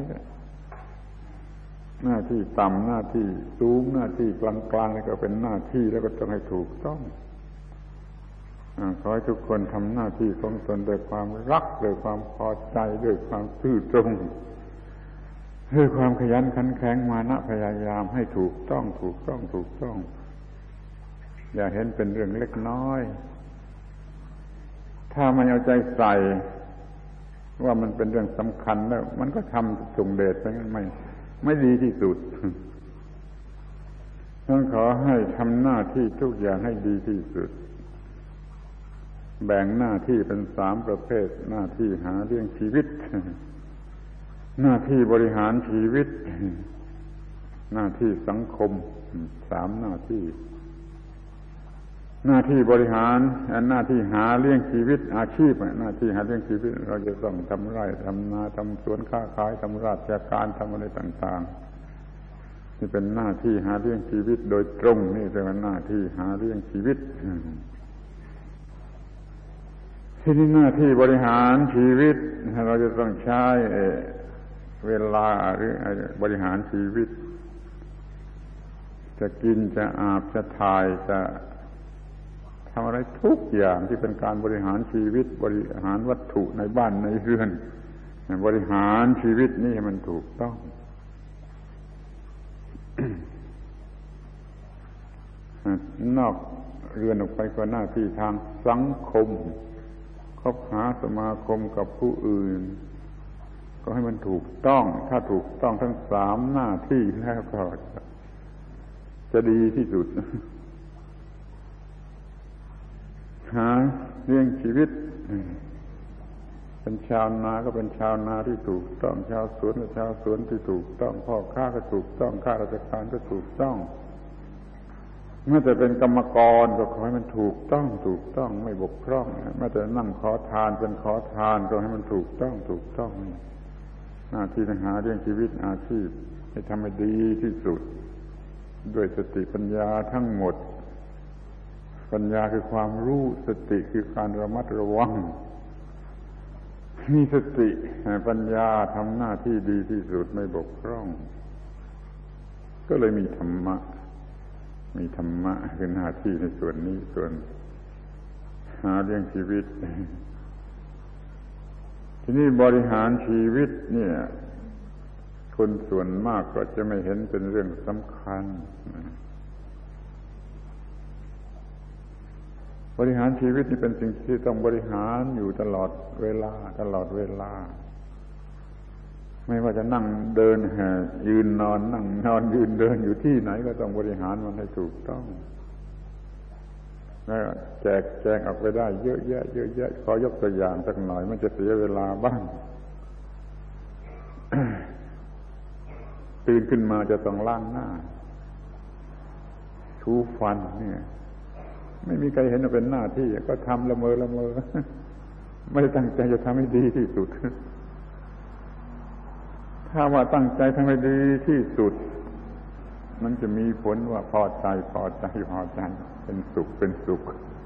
Speaker 1: หน้าที่ต่ำหน้าที่สูงหน้าที่กลางๆนี่ก็เป็นหน้าที่แล้วก็ต้องให้ถูกต้องขอให้ทุกคนทำหน้าที่ของตนด้วยความรักด้วยความพอใจด้วยความซื่อตรงด้วยความขยันขันแข็งมานะพยายามให้ถูกต้องอย่าเห็นเป็นเรื่องเล็กน้อยถ้าไม่เอาใจใส่ว่ามันเป็นเรื่องสำคัญแล้วมันก็ทำส่งเดชไปงั้นไม่ดีที่สุดต้องขอให้ทำหน้าที่ทุกอย่างให้ดีที่สุดแบ่งหน้าที่เป็น3ประเภทหน้าที่หาเลี้ยงชีวิตหน้าที่บริหารชีวิตหน้าที่สังคม3หน้าที่บริหารหน้าที่หาเลี้ยงชีวิตอาชีพหน้าที่หาเลี้ยงชีวิตเราจะต้องทำไร่ทำนาทำสวนค้าขายทำราชการทำอะไรต่างๆที่เป็นหน้าที่หาเลี้ยงชีวิตโดยตรงนี่เรียกว่าหน้าที่หาเลี้ยงชีวิตที่นี่หน้าที่บริหารชีวิตเราจะต้องใช้เวลาหรือบริหารชีวิตจะกินจะอาบจะถ่ายจะทำอะไรทุกอย่างที่เป็นการบริหารชีวิตบริหารวัตถุในบ้านในเรือนบริหารชีวิตนี่ให้มันถูกต้องนอกเรือนออกไปก็หน้าที่ทางสังคมคบหาสมาคมกับผู้อื่นก็ให้มันถูกต้องถ้าถูกต้องทั้ง3หน้าที่แล้วก็จะดีที่สุดหาเลี้ยงชีวิตเป็นชาวนาก็เป็นชาวนาที่ถูกต้องชาวสวนก็ชาวสวนที่ถูกต้องพ่อค้าก็ถูกต้องข้าราชการก็ถูกต้องเมื่อจะเป็นกรรมกรก็ขอให้มันถูกต้องไม่บกพร่องเมื่อจะนั่งขอทานเป็นขอทานก็ให้มันถูกต้องหน้าที่หาเลี้ยงชีวิตอาชีพให้ทำให้ดีที่สุดด้วยสติปัญญาทั้งหมดปัญญาคือความรู้สติคือการระมัดระวังมีสติปัญญาทำหน้าที่ดีที่สุดไม่บกพร่องก็เลยมีธรรมะคือหน้าที่ในส่วนนี้ส่วนหาเลี้ยงชีวิตทีนี้บริหารชีวิตเนี่ยคนส่วนมากก็จะไม่เห็นเป็นเรื่องสำคัญบริหารชีวิตนี่เป็นสิ่งที่ต้องบริหารอยู่ตลอดเวลาไม่ว่าจะนั่งเดินยืนนอนนั่งนอนยืนเดินอยู่ที่ไหนก็ต้องบริหารมันให้ถูกต้องแล้วแจกแจงออกไปได้เยอะแยะขอยกตัวอย่างสักหน่อยมันจะเสียเวลาบ้าง ตื่นขึ้นมาจะต้องล้างหน้าถูฟันเนี่ยไม่มีใครเห็นว่าเป็นหน้าที่ก็ทำละเมอไม่ได้ตั้งใจจะทำให้ดีที่สุดถ้าว่าตั้งใจทำให้ดีที่สุดมันจะมีผลว่าพอใจเป็นสุข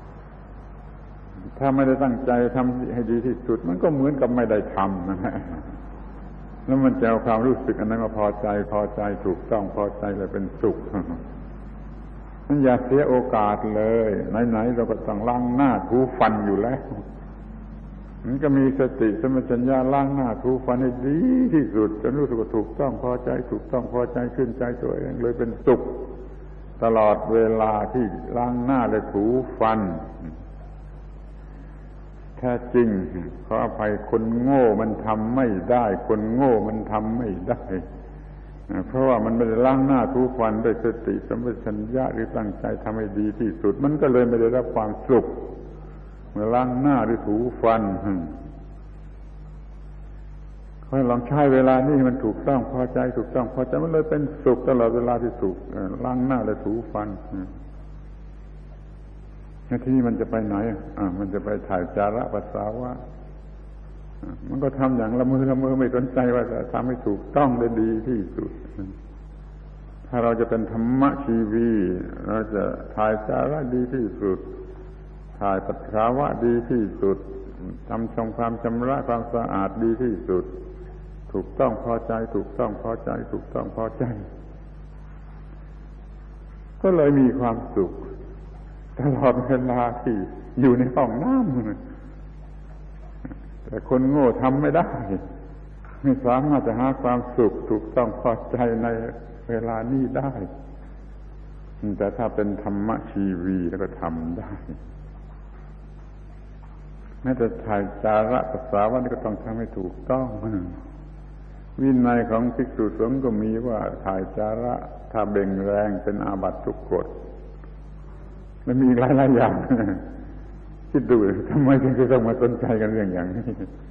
Speaker 1: ถ้าไม่ได้ตั้งใจทำให้ดีที่สุดมันก็เหมือนกับไม่ได้ทำนะแล้วมันจะเอาความรู้สึกอันนั้นมาพอใจถูกต้องพอใจเลยเป็นสุขมันอย่าเสียโอกาสเลยไหนๆเราก็ต้องล้างหน้าถูฟันอยู่แล้วมันก็มีสติสัมปชัญญะล้างหน้าถูฟันให้ดีที่สุดจนรู้สึกว่าถูกต้องพอใจขึ้นใจตัวเองเลยเป็นสุขตลอดเวลาที่ล้างหน้าและถูฟันแท้จริงขออภัยคนโง่มันทำไม่ได้เพราะว่ามันไม่ได้ล้างหน้าถูฟันด้วยสติสัมปชัญญะหรือตั้งใจทำให้ดีที่สุดมันก็เลยไม่ได้รับความสุขเมื่อล้างหน้าหรือถูฟันค่อยลองใช้เวลานี่มันถูกต้องพอใจมันเลยเป็นสุขตลอดเวลาที่ถูกล้างหน้าและถูฟันทีนี้มันจะไปไหนมันจะไปถ่ายจาระปัสสาวะมันก็ทำอย่างละเมอไม่สนใจว่าจะทำให้ถูกต้องได้ดีที่สุดถ้าเราจะเป็นธรรมชีวีเราจะถ่ายจาระดีที่สุดถ่ายปัสสาวะดีที่สุดทำความชำระความสะอาดดีที่สุดถูกต้องพอใจก็เลยมีความสุขตลอดเวลาที่อยู่ในห้องน้ำแต่คนโง่ทำไม่ได้ไม่สามารถจะหาความสุขถูกต้องพอใจในเวลานี้ได้แต่ถ้าเป็นธรรมชีวีแล้วก็ทำได้แม้แต่ถ่ายจาระปัสสาวะนี่ก็ต้องทำให้ถูกต้องวินัยของภิกษุสงฆ์ก็มีว่าถ่ายจาระถ้าเบ่งแรงเป็นอาบัติทุกกฎและมีหลายอย่างคิดดูทำไมถึงจะต้องมาสนใจกันเรื่องอย่างนี้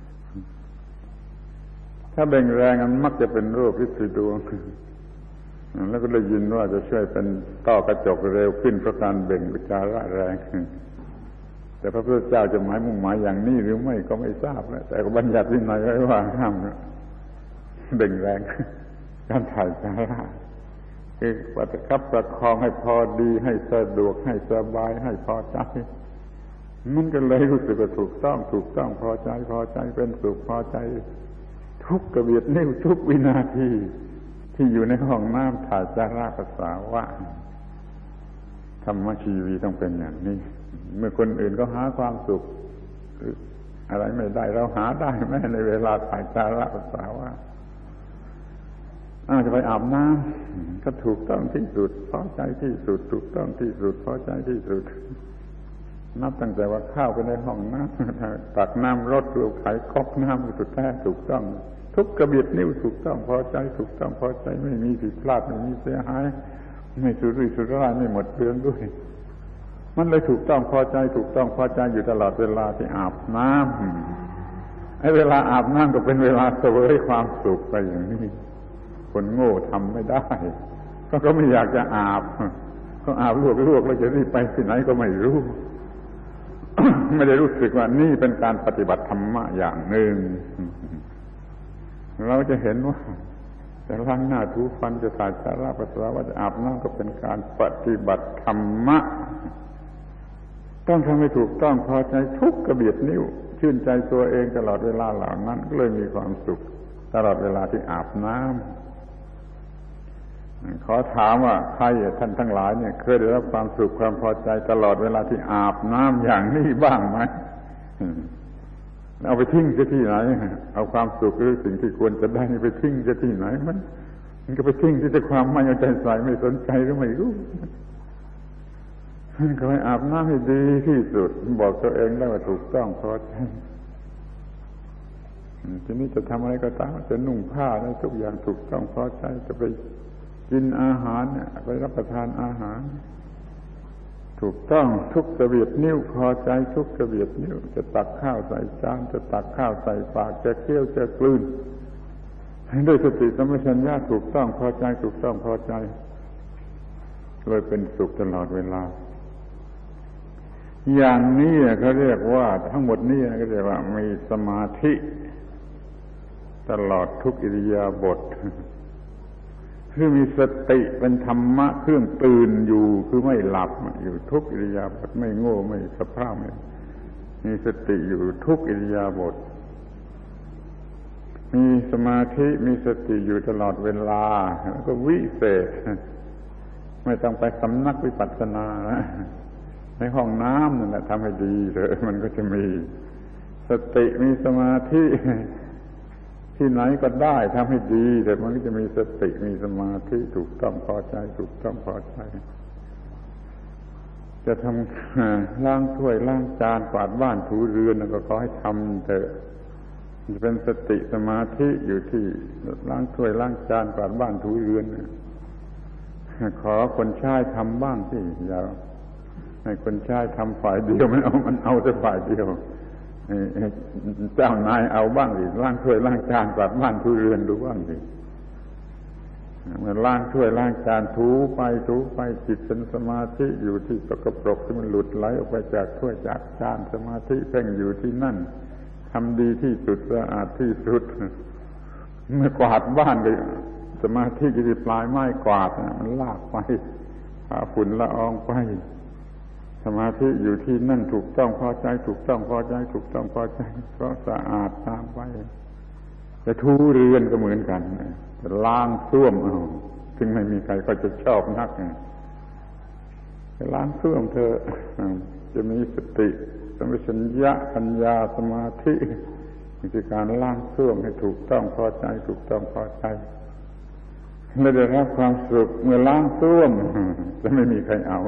Speaker 1: ถ้าเบ่งแรงมันมักจะเป็นโรคพิษดวงแล้วก็ได้ยินว่าจะช่วยเป็นต้อกระจกเร็วขึ้นเพราะการเบ่งจาระแรงแต่พระพุทธเจ้าจะมุ่งหมายอย่างนี้หรือไม่ก็ไม่ทราบแล้วแต่ก็บัญญัติวินัยไว้ว่าห้ามเบ่งแรงการถ่ายจาระคือประคับประคองให้พอดีให้สะดวกให้สบายให้พอใจมันก็เลยรู้สึกว่าถูกต้องพอใจเป็นสุขพอใจทุกกระเบียดนิ้วทุกวินาทีที่อยู่ในห้องน้ำถ่ายจาระปัสสาวะธรรมชีวีต้องเป็นอย่างนี้เมื่อคนอื่นก็หาความสุขอะไรไม่ได้เราหาได้แม้ในเวลาถ่ายจาระปัสสาวะจะไปอาบน้ำก็ถูกต้องที่สุดพอใจที่สุดถูกต้องที่สุดพอใจที่สุดนับตั้งแต่ว่าเข้าไปในห้องน้ำตักน้ำรดลูกไข่ก๊อกน้ำสุดแท้ถูกต้องทุกกระเบียดนิ้วถูกต้องพอใจไม่มีผิดพลาดไม่มีเสียหายไม่สุรุ่ยสุร่ายไม่หมดเปลืองด้วยมันเลยถูกต้องพอใจอยู่ตลอดเวลาที่อาบน้ำไอ้เวลาอาบน้ำก็เป็นเวลาเสวยความสุขไปอย่างนี้คนโง่ทำไม่ได้ก็ไม่อยากจะอาบก็อาบลวกแล้วจะรีบไปที่ไหนก็ไม่รู้ ไม่ได้รู้สึกว่านี่เป็นการปฏิบัติธรรมะอย่างหนึ่งเราจะเห็นว่าจะล้างหน้าถูฟันจะถ่ายจาระปัสสาวะจะอาบน้ำก็เป็นการปฏิบัติธรรมะต้องทำให้ถูกต้องพอใจทุกกระเบียดนิ้วชื่นใจตัวเองตลอดเวลาเหล่านั้นก็เลยมีความสุขตลอดเวลาที่อาบน้ำขอถามว่าใครท่านทั้งหลายเนี่ยเคยได้รับความสุขความพอใจตลอดเวลาที่อาบน้ำอย่างนี้บ้างไหมเอาไปทิ้งที่ไหนเอาความสุขหรือสิ่งที่ควรจะได้ไปทิ้งที่ไหนมันก็ไปทิ้งที่ความไม่เอาใจใส่ไม่สนใจหรือไม่รู้ก็ให้อาบน้ำให้ดีที่สุดบอกตัวเองได้ว่าถูกต้องพอใจทีนี้จะทำอะไรก็ตามจะนุ่งผ้าได้ทุกอย่างถูกต้องพอใจจะไปกินอาหารเนี่ยไปรับประทานอาหารถูกต้องทุกกระเบียดนิ้วพอใจทุกกระเบียดนิ้วจะตักข้าวใส่จานจะตักข้าวใส่ปากจะเคี้ยวจะกลืนด้วยสติสัมปชัญญะถูกต้องพอใจถูกต้องพอใจเลยเป็นสุขตลอดเวลาอย่างนี้เขาเรียกว่าทั้งหมดนี้ก็เรียกว่ามีสมาธิตลอดทุกอิริยาบถคือมีสติเป็นธรรมะเครื่องตื่นอยู่คือไม่หลับอยู่ทุกอิริยาบถไม่โง่ไม่สะเพร่ามีสติอยู่ทุกอิริยาบถมีสมาธิมีสติอยู่ตลอดเวลาแล้วก็วิเศษไม่ต้องไปสำนักวิปัสสนานะในห้องน้ำนั่นแหละทำให้ดีเถอะมันก็จะมีสติมีสมาธิที่ไหนก็ได้ทำให้ดีแต่มันก็จะมีสติมีสมาธิถูกต้องพอใจถูกต้องพอใจจะทำล้างถ้วยล้างจานกวาดบ้านถูเรือนก็ขอให้ทำเถอะจะเป็นสติสมาธิอยู่ที่ล้างถ้วยล้างจานกวาดบ้านถูเรือนขอคนใช้ทำบ้างสิอย่าให้คนใช้ทำฝ่ายเดียวมันเอาแต่ฝ่ายเดียวเจ้านายเอาบ้างสิล้างถ้วยล้างจานกวาดบ้านถูเรือนดูบ้างสิเมื่อล้างถ้วยล้างจานถูไปจิตเป็นสมาธิอยู่ที่สกปรกที่มันหลุดไหลออกไปจากถ้วยจากจานสมาธิเพ่งอยู่ที่นั่นทำดีที่สุดสะอาดที่สุดเมื่อกวาดบ้านก็สมาธิอยู่ที่ปลายไม้กวาดมันลากไปพาฝุ่นละอองไปสมาธิอยู่ที่นั่นถูกต้องพอใจถูกต้องพอใจถูกต้องพอใจเพราะสะอาดตามไปจะถูเรือนก็เหมือนกันจะล้างส้วมถึงไม่มีใครก็จะชอบนักจะล้างส้วมเธอจะมีสติสัมปชัญญะปัญญาสมาธิในการล้างส้วมให้ถูกต้องพอใจถูกต้องพอใจและได้รับความสุขเมื่อล้างส้วมจะไม่มีใครเอา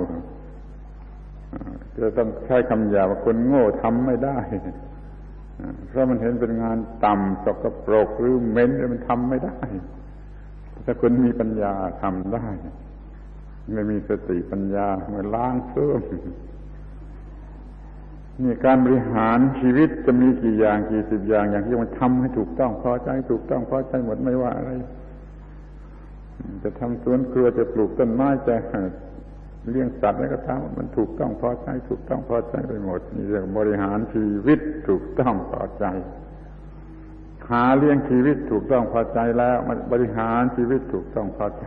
Speaker 1: จะต้องใช้คำหยาบว่าคนโง่ทำไม่ได้เพราะมันเห็นเป็นงานต่ำสกปรกหรือเหม็นมันทำไม่ได้แต่คนมีปัญญาทำได้ไม่มีสติปัญญาเมื่อล้างส้วมนี่การบริหารชีวิตจะมีกี่อย่างกี่สิบอย่างอย่างที่มันทำให้ถูกต้องพอใจถูกต้องพอใจหมดไม่ว่าอะไรจะทำสวนครัวจะปลูกต้นไม้จะเลี้ยงสัตว์อะไรก็ตามมันถูกต้องพอใจถูกต้องพอใจไปหมดนี่เรียกบริหารชีวิตถูกต้องพอใจหาเลี้ยงชีวิตถูกต้องพอใจแล้วมันบริหารชีวิตถูกต้องพอใจ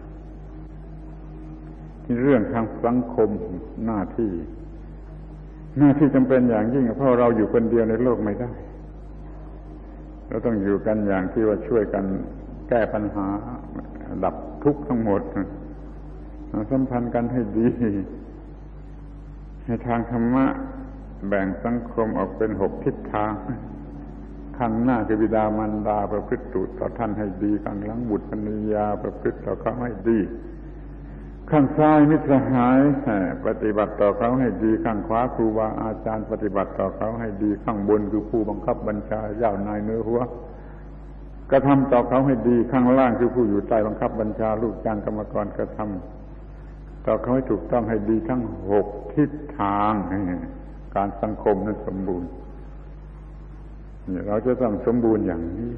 Speaker 1: ที่เรื่องทางสังคมหน้าที่จำเป็นอย่างยิ่งเพราะเราอยู่คนเดียวในโลกไม่ได้เราต้องอยู่กันอย่างที่ว่าช่วยกันแก้ปัญหาดับทุกข์ทั้งหมดสัมพันธ์กันให้ดีให้ทางธรรมะแบ่งสังคมออกเป็น6ทิศทางข้างหน้าคือบิดามารดาประพฤติต่อท่านให้ดีข้างหลังบุตรภรรยาประพฤติต่อเขาให้ดีข้างซ้ายมิตรสหายปฏิบัติต่อเขาให้ดีข้างขวาครูบาอาจารย์ปฏิบัติต่อเขาให้ดีข้างบนคือผู้บังคับบัญชาเจ้านายเนื้อหัวกระทำต่อเขาให้ดีข้างล่างคือผู้อยู่ใต้บังคับบัญชาลูกจ้างกรรมกรกระทำต่อเขาให้ถูกต้องให้ดีทั้ง6ทิศทางการสังคมนั้นสมบูรณ์นี่เราจะต้องสมบูรณ์อย่างนี้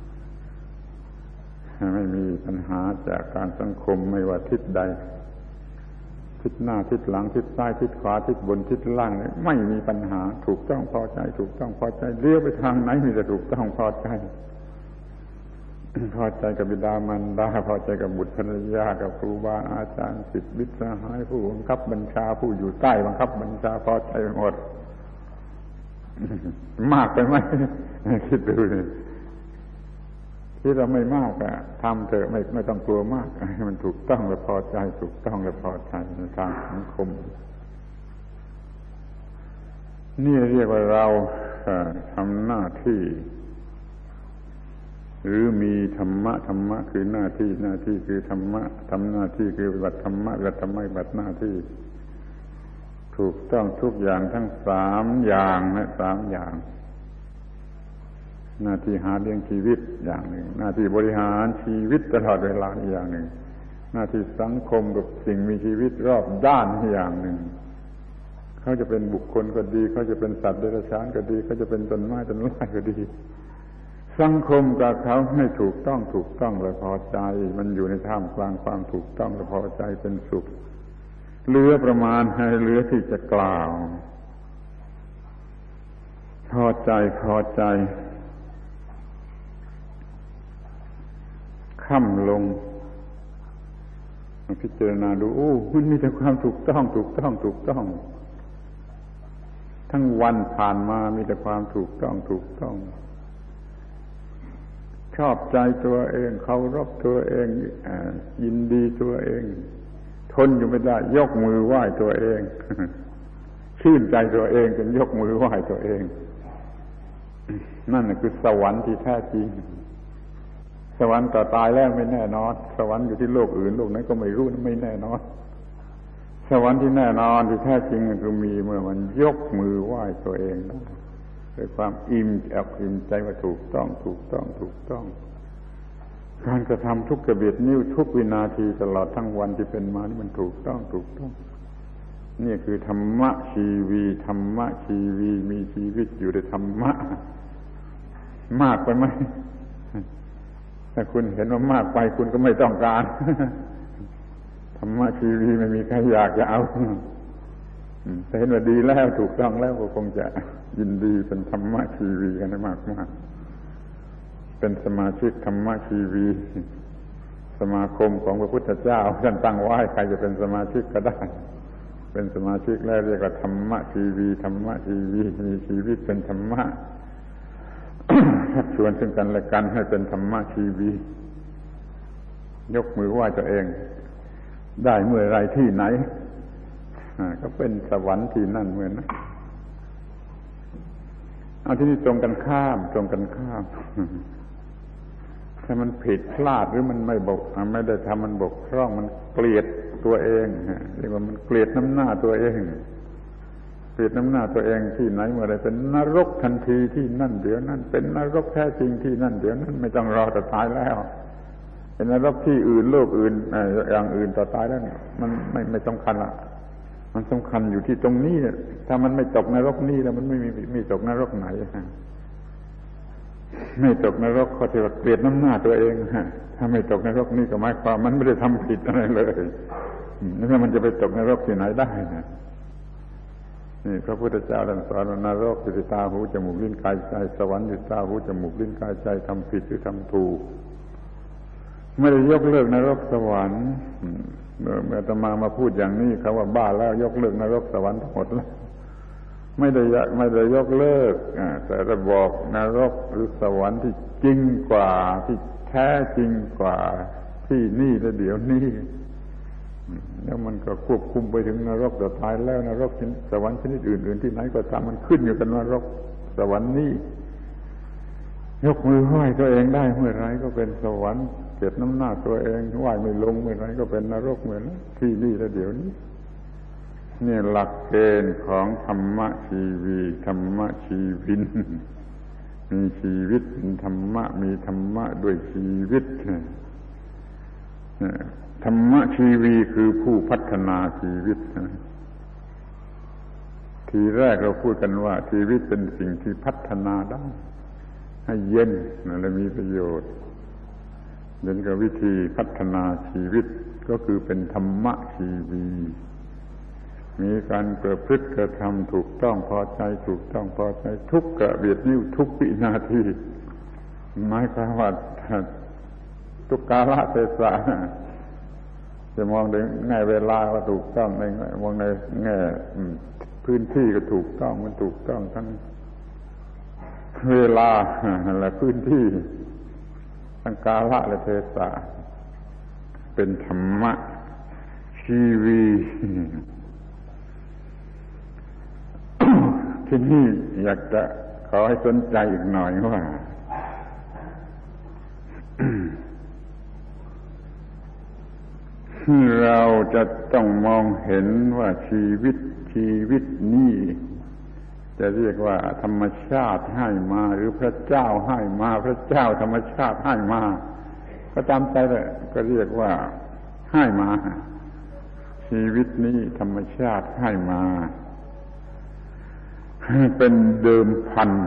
Speaker 1: ไม่มีปัญหาจากการสังคมไม่ว่าทิศใดทิศหน้าทิศหลังทิศซ้ายทิศขวาทิศบนทิศล่างไม่มีปัญหาถูกต้องพอใจถูกต้องพอใจเลี้ยวไปทางไหนมีแต่ถูกต้องพอใจพอใจกับบิดามารดาพอใจกับบุตรภรรยากับครูบาอาจารย์ศิษย์มิตรสหายผู้บังคับบัญชาผู้อยู่ใต้บังคับบัญชาพอใจหมดมากไปไหมคิดดูเลยที่เราไม่มากอะทำเถอะไม่ต้องกลัวมากมันถูกต้องและพอใจถูกต้องและพอใจในทางสังคมนี่เรียกว่าเราทำหน้าที่หรือมีธรรมะคือหน้าที่คือธรรมะทำหน้าที่คือปฏิบัติธรรมะปฏิบัติธรรมะปฏิบัติหน้าที่ถูกต้องทุกอย่างทั้ง3 อย่างนะ3 อย่างหน้าที่หาเลี้ยงชีวิตอย่างหนึ่งหน้าที่บริหารชีวิตตลอดเวลาอย่างหนึ่งหน้าที่สังคมกับสิ่งมีชีวิตรอบด้านอย่างหนึ่งเขาจะเป็นบุคคลก็ดีเขาจะเป็นสัตว์เดรัจฉานก็ดีเขาจะเป็นต้นไม้ก็ดีสังคมกับเขาให้ถูกต้องและพอใจมันอยู่ในท่ามกลางความถูกต้องและพอใจเป็นสุขเหลือประมาณให้เหลือที่จะกล่าวพอใจค่ำลงพิจารณาดูมันมีแต่ความถูกต้องทั้งวันผ่านมามีแต่ความถูกต้องชอบใจตัวเองเคารพตัวเองยินดีตัวเองทนอยู่ไม่ได้ยกมือไหว้ตัวเองชื่นใจตัวเองจนยกมือไหว้ตัวเองนั่นคือสวรรค์ที่แท้จริงสวรรค์ต่อตายแล้วไม่แน่นอนสวรรค์อยู่ที่โลกอื่นโลกนั้นก็ไม่รู้ไม่แน่นอนสวรรค์ที่แน่นอนที่แท้จริงคือมีเมื่อมันยกมือไหว้ตัวเองด้วยความอิ่มใจว่าถูกต้องการกระทำทุกกระเบียดนิ้วทุกวินาทีตลอดทั้งวันที่เป็นมานี่มันถูกต้องนี่คือธรรมะชีวีมีชีวิตอยู่ในธรรมะมากไปไหมถ้าคุณเห็นว่ามากไปคุณก็ไม่ต้องการธรรมะชีวีไม่มีใครอยากจะเอาแต่เห็นว่าดีแล้วถูกต้องแล้วก็คงจะยินดีเป็นธรรมะชีวีกันมากเป็นสมาชิกธรรมะชีวีสมาคมของพระพุทธเจ้าท่านตั้งไว้ใครจะเป็นสมาชิกก็ได้เป็นสมาชิกแล้วเรียกว่าธรรมะชีวีมีชีวิตเป็นธรรมะชักชวนซึ่งกันและกันให้เป็นธรรมะชีวียกมือไหว้ตัวเองได้เมื่อไรที่ไหนก็เป็นสวรรค์ที่นั่นเหมือนนะเอาที่นี่ตรงกันข้ามถ้ามันผิดพลาดหรือมันไม่ได้ทำมันบกพร่องมันเกลียดตัวเองเรียกว่ามันเกลียดน้ำหน้าตัวเองเกลียดน้ำหน้าตัวเองที่ไหนเมื่อไรเป็นนรกทันทีที่นั่นเดี๋ยวนั้นเป็นนรกแท้จริงที่นั่นเดี๋ยวนั้นไม่ต้องรอแต่ตายแล้วเป็นนรกที่อื่นโลกอื่นอย่างอื่นต่อตายแล้วมันไม่สำคัญละมันสำคัญอยู่ที่ตรงนี้ถ้ามันไม่ตกนรกนี่แล้วมันไม่ตกนรกไหนไม่ตกนรกเขาจะเกลียดน้ำหน้าตัวเองถ้าไม่ตกนรกนี่ก็หมายความมันไม่ได้ทำผิดอะไรเลยแล้วมันจะไปตกนรกที่ไหนได้นะนี่พระพุทธเจ้าท่านสอนว่านรกอยู่ที่ตาหูจมูกลิ้นกายใจสวรรค์อยู่ตาหูจมูกลิ้นกายใจทำผิดหรือทำถูกไม่ได้ยกเลิกนรกสวรรค์เมื่ออาตมาพูดอย่างนี้เขาว่าบ้าแล้วยกเลิกนรกสวรรค์ทั้งหมดแล้วไม่ได้ยกเลิกแต่จะบอกนรกหรือสวรรค์ที่จริงกว่าที่แท้จริงกว่าที่นี่และเดี๋ยวนี้แล้วมันก็ควบคุมไปถึงนรกต่อตายแล้วนรกสวรรค์ชนิดอื่นๆที่ไหนก็ตามมันขึ้นอยู่กับนรกสวรรค์นี้ยกมือไหว้ตัวเองได้เมื่อไรก็เป็นสวรรค์เกลียดน้ำหน้าตัวเองไหว้ไม่ลงเมื่อไรก็เป็นนรกเหมือนที่นี่และเดี๋ยวนี้นี่หลักเกณฑ์ของธรรมะชีวีธรรมะชีวินมีชีวิตเป็นธรรมะมีธรรมะด้วยชีวิตธรรมะชีวีคือผู้พัฒนาชีวิตทีแรกเราพูดกันว่าชีวิตเป็นสิ่งที่พัฒนาได้ให้เย็นและมีประโยชน์เดินกับวิธีพัฒนาชีวิตก็คือเป็นธรรมะชีวีมีการประพฤติกระทำถูกต้องพอใจถูกต้องพอใจทุกกระเบียดนิ้วทุกวินาทีหมายความว่าทุกกาลเทศะจะมองในแง่เวลาก็ถูกต้องในมองในแง่พื้นที่ก็ถูกต้องมันถูกต้องทั้งเวลาและพื้นที่ทั้งกาลและเทศะเป็นธรรมะชีวีที่นี่อยากจะขอให้สนใจอีกหน่อยว่าเราจะต้องมองเห็นว่าชีวิตนี้จะเรียกว่าธรรมชาติให้มาหรือพระเจ้าให้มาพระเจ้าธรรมชาติให้มาก็ตามใจเลยก็เรียกว่าให้มาชีวิตนี้ธรรมชาติให้มาเป็นเดิมพัน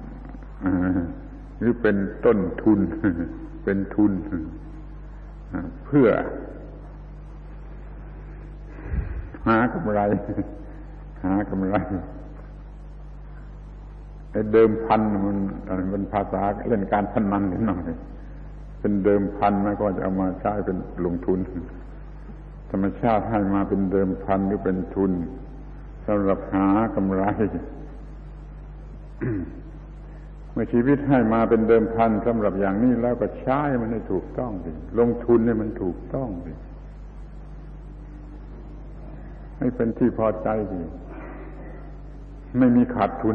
Speaker 1: หรือเป็นต้นทุนเป็นทุนเพื่อหากำไรไอ้เดิมพันมันภาษาเล่นการพนันนิดหน่อยเป็นเดิมพันมันก็จะเอามาใช้เป็นลงทุนธรรมชาติให้มาเป็นเดิมพันหรือเป็นทุนสำหรับหากำไร เมื่อชีวิตให้มาเป็นเดิมพันสำหรับอย่างนี้แล้วก็ใช้มันให้ถูกต้องสิลงทุนให้มันถูกต้องสิให้เป็นที่พอใจสิไม่มีขาดทุน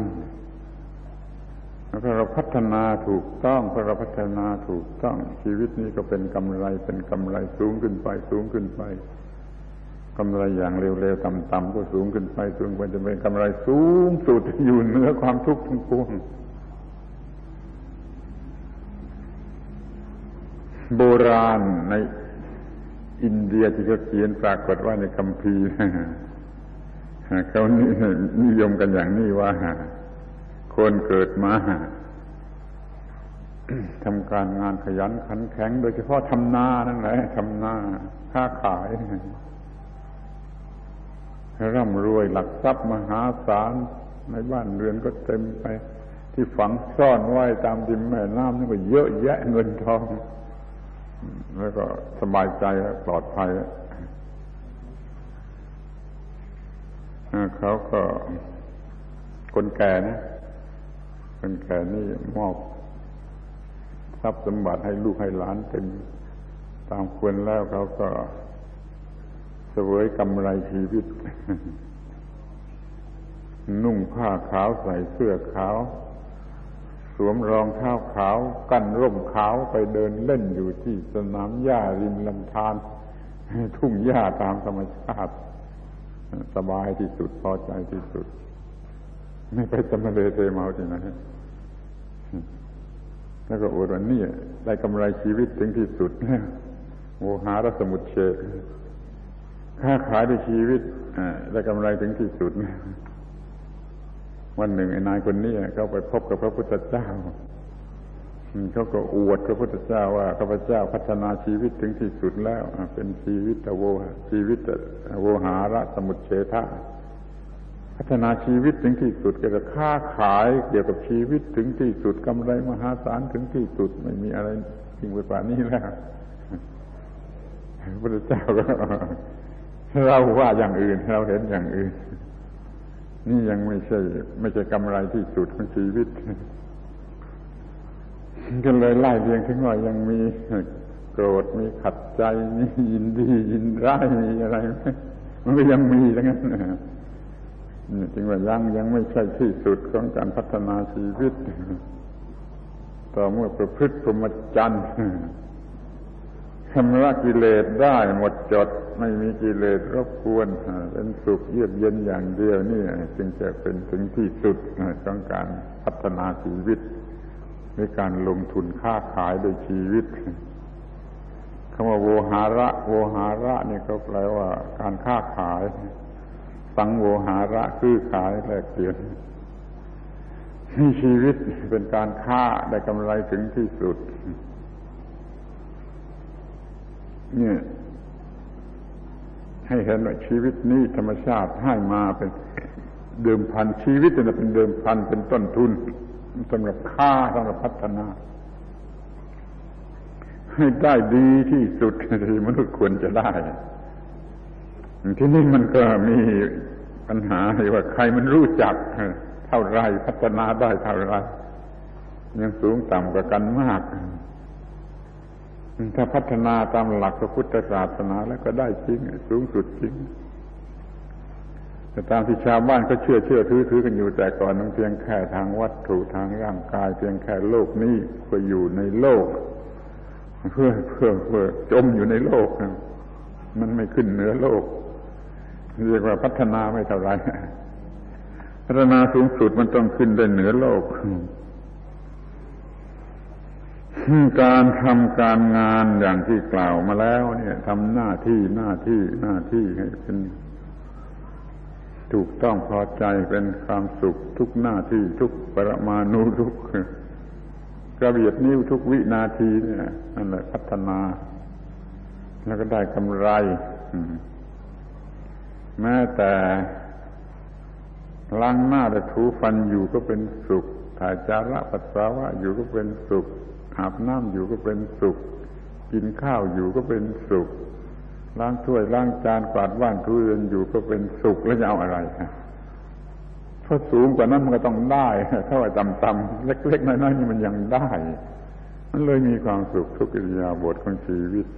Speaker 1: เพราะเราพัฒนาถูกต้องเพราะเราพัฒนาถูกต้องชีวิตนี้ก็เป็นกำไรสูงขึ้นไปกำไรอย่างเร็วๆต่ำๆก็สูงขึ้นไปจะเป็นกำไรสูงสุดอยู่เหนือความทุกข์ทั้งปวงโบราณในอินเดียที่เขาเขียนปรากฏว่าในคัมภีร์เขานิยมกันอย่างนี้ว่าคนเกิดมาทำการงานขยันขันแข็งโดยเฉพาะทำนานั่นแหละทำนาค้าขายร่ำรวยหลักทรัพย์มหาศาลในบ้านเรือนก็เต็มไปที่ฝังซ่อนไว้ตามริมแม่น้ำนี่ก็เยอะแยะเงินทองแล้วก็สบายใจปลอดภัยเขาก็คนแก่นะคนแก่นี่มอบทรัพย์สมบัติให้ลูกให้หลานเป็นตามควรแล้วเขาก็เสวยกำไรชีวิต นุ่งผ้าขาวใส่เสื้อขาวสวมรองเท้าขาวกั้นร่มขาวไปเดินเล่นอยู่ที่สนามหญ้าริมลำธารทุ่งหญ้าตามธรรมชาติสบายที่สุดพอใจที่สุดไม่ไปสมเลเทเมาที่ไหนแล้วก็อวดว่านี่ได้กำไรชีวิตถึงที่สุดโอหารสมุทเฉทค้าขายด้วยชีวิตได้กำไรถึงที่สุดวันหนึ่งไอ้นายคนนี้เขาไปพบกับพระพุทธเจ้าเขาก็อวดพระพุทธเจ้าว่าข้าพเจ้าพัฒนาชีวิตถึงที่สุดแล้วเป็นชีวิตโวหารสมุทเฉทะพัฒนาชีวิตถึงที่สุดเกี่ยวกับค้าขายเกี่ยวกับชีวิตถึงที่สุดกำไรมหาศาลถึงที่สุดไม่มีอะไรยิ่งไปกว่านี้แล้วพระพุทธเจ้าก็เราว่าอย่างอื่นเราเห็นอย่างอื่นนี่ยังไม่ใช่กำไรที่สุดของชีวิตก็เลยไล่เรียงถึงว่ายังมีโกรธมีขัดใจมียินดียินร้ายมีอะไรมันก็ยังมีทั้งนั้นจึงว่ายังไม่ใช่ที่สุดของการพัฒนาชีวิตต่อเมื่อประพฤติพรหมจรรย์ชำระกิเลสได้หมดจดไม่มีกิเลสรบกวนเป็นสุขเยือกเย็นอย่างเดียวนี่จึงจะเป็นถึงที่สุดของการพัฒนาชีวิตด้วยการลงทุนค้าขายโดยชีวิตคำว่าโวหาระนี่ก็แปลว่าการค้าขายสังโวหาระคือขายแลกเปลี่ยนนี่ชีวิตเป็นการค้าได้กำไรถึงที่สุดเนี่ยให้เห็นว่าชีวิตนี้ธรรมชาติให้มาเป็นเดิมพันชีวิตจะเป็นเดิมพันเป็นต้นทุนสำหรับค้าสำหรับพัฒนาให้ได้ดีที่สุดที่มนุษย์ควรจะได้ที่นี่มันก็มีปัญหาว่าใครมันรู้จักเท่าไรพัฒนาได้เท่าไรยังสูงต่ำกว่ากันมากถ้าพัฒนาตามหลักพระพุทธศาสนาแล้วก็ได้จริงสูงสุดจริงแต่ตามที่ชาวบ้านก็เชื่อถือกันอยู่แต่ก่อนนั้นเพียงแค่ทางวัตถุทางร่างกายเพียงแค่โลกนี้เพื่ออยู่ในโลกเพื่อจมอยู่ในโลกมันไม่ขึ้นเหนือโลกเรียกว่าพัฒนาไม่เท่าไรพัฒนาสูงสุดมันต้องขึ้นได้เหนือโลกการทำการงานอย่างที่กล่าวมาแล้วเนี่ยทำหน้าที่ให้เป็นถูกต้องพอใจเป็นความสุขทุกหน้าที่ทุกปรมาณูทุกกระเบียดนิ้วทุกวินาทีเนี่ยนั่นแหละพัฒนาแล้วก็ได้กำไรแม้แต่ล้างหน้าและถูฟันอยู่ก็เป็นสุขถ่ายจาระปัสสาวะอยู่ก็เป็นสุขอาบน้ำอยู่ก็เป็นสุขกินข้าวอยู่ก็เป็นสุขล้างถ้วยล้างจานกวาดบ้านถูเรือนอยู่ก็เป็นสุขแล้วจะเอาอะไรถ้าสูงกว่านั้นมันก็ต้องได้ถ้าว่าต่ำๆเล็กๆน้อยๆนี่มันยังได้มันเลยมีความสุขทุกอิริยาบถของชีวิต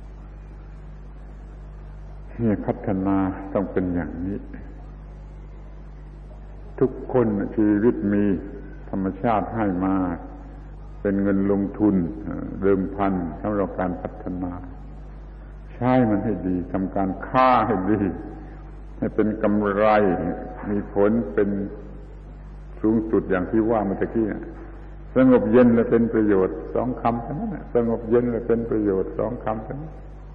Speaker 1: นี่พัฒนาต้องเป็นอย่างนี้ทุกคนชีวิตมีธรรมชาติให้มาเป็นเงินลงทุนเดิมพันสำหรับการพัฒนาใช้มันให้ดีทำการค้าให้ดีให้เป็นกำไรมีผลเป็นสูงสุดอย่างที่ว่าเมื่อกี้สงบเย็นและเป็นประโยชน์สองคำเท่านั้นสงบเย็นและเป็นประโยชน์สองคำเท่านั้น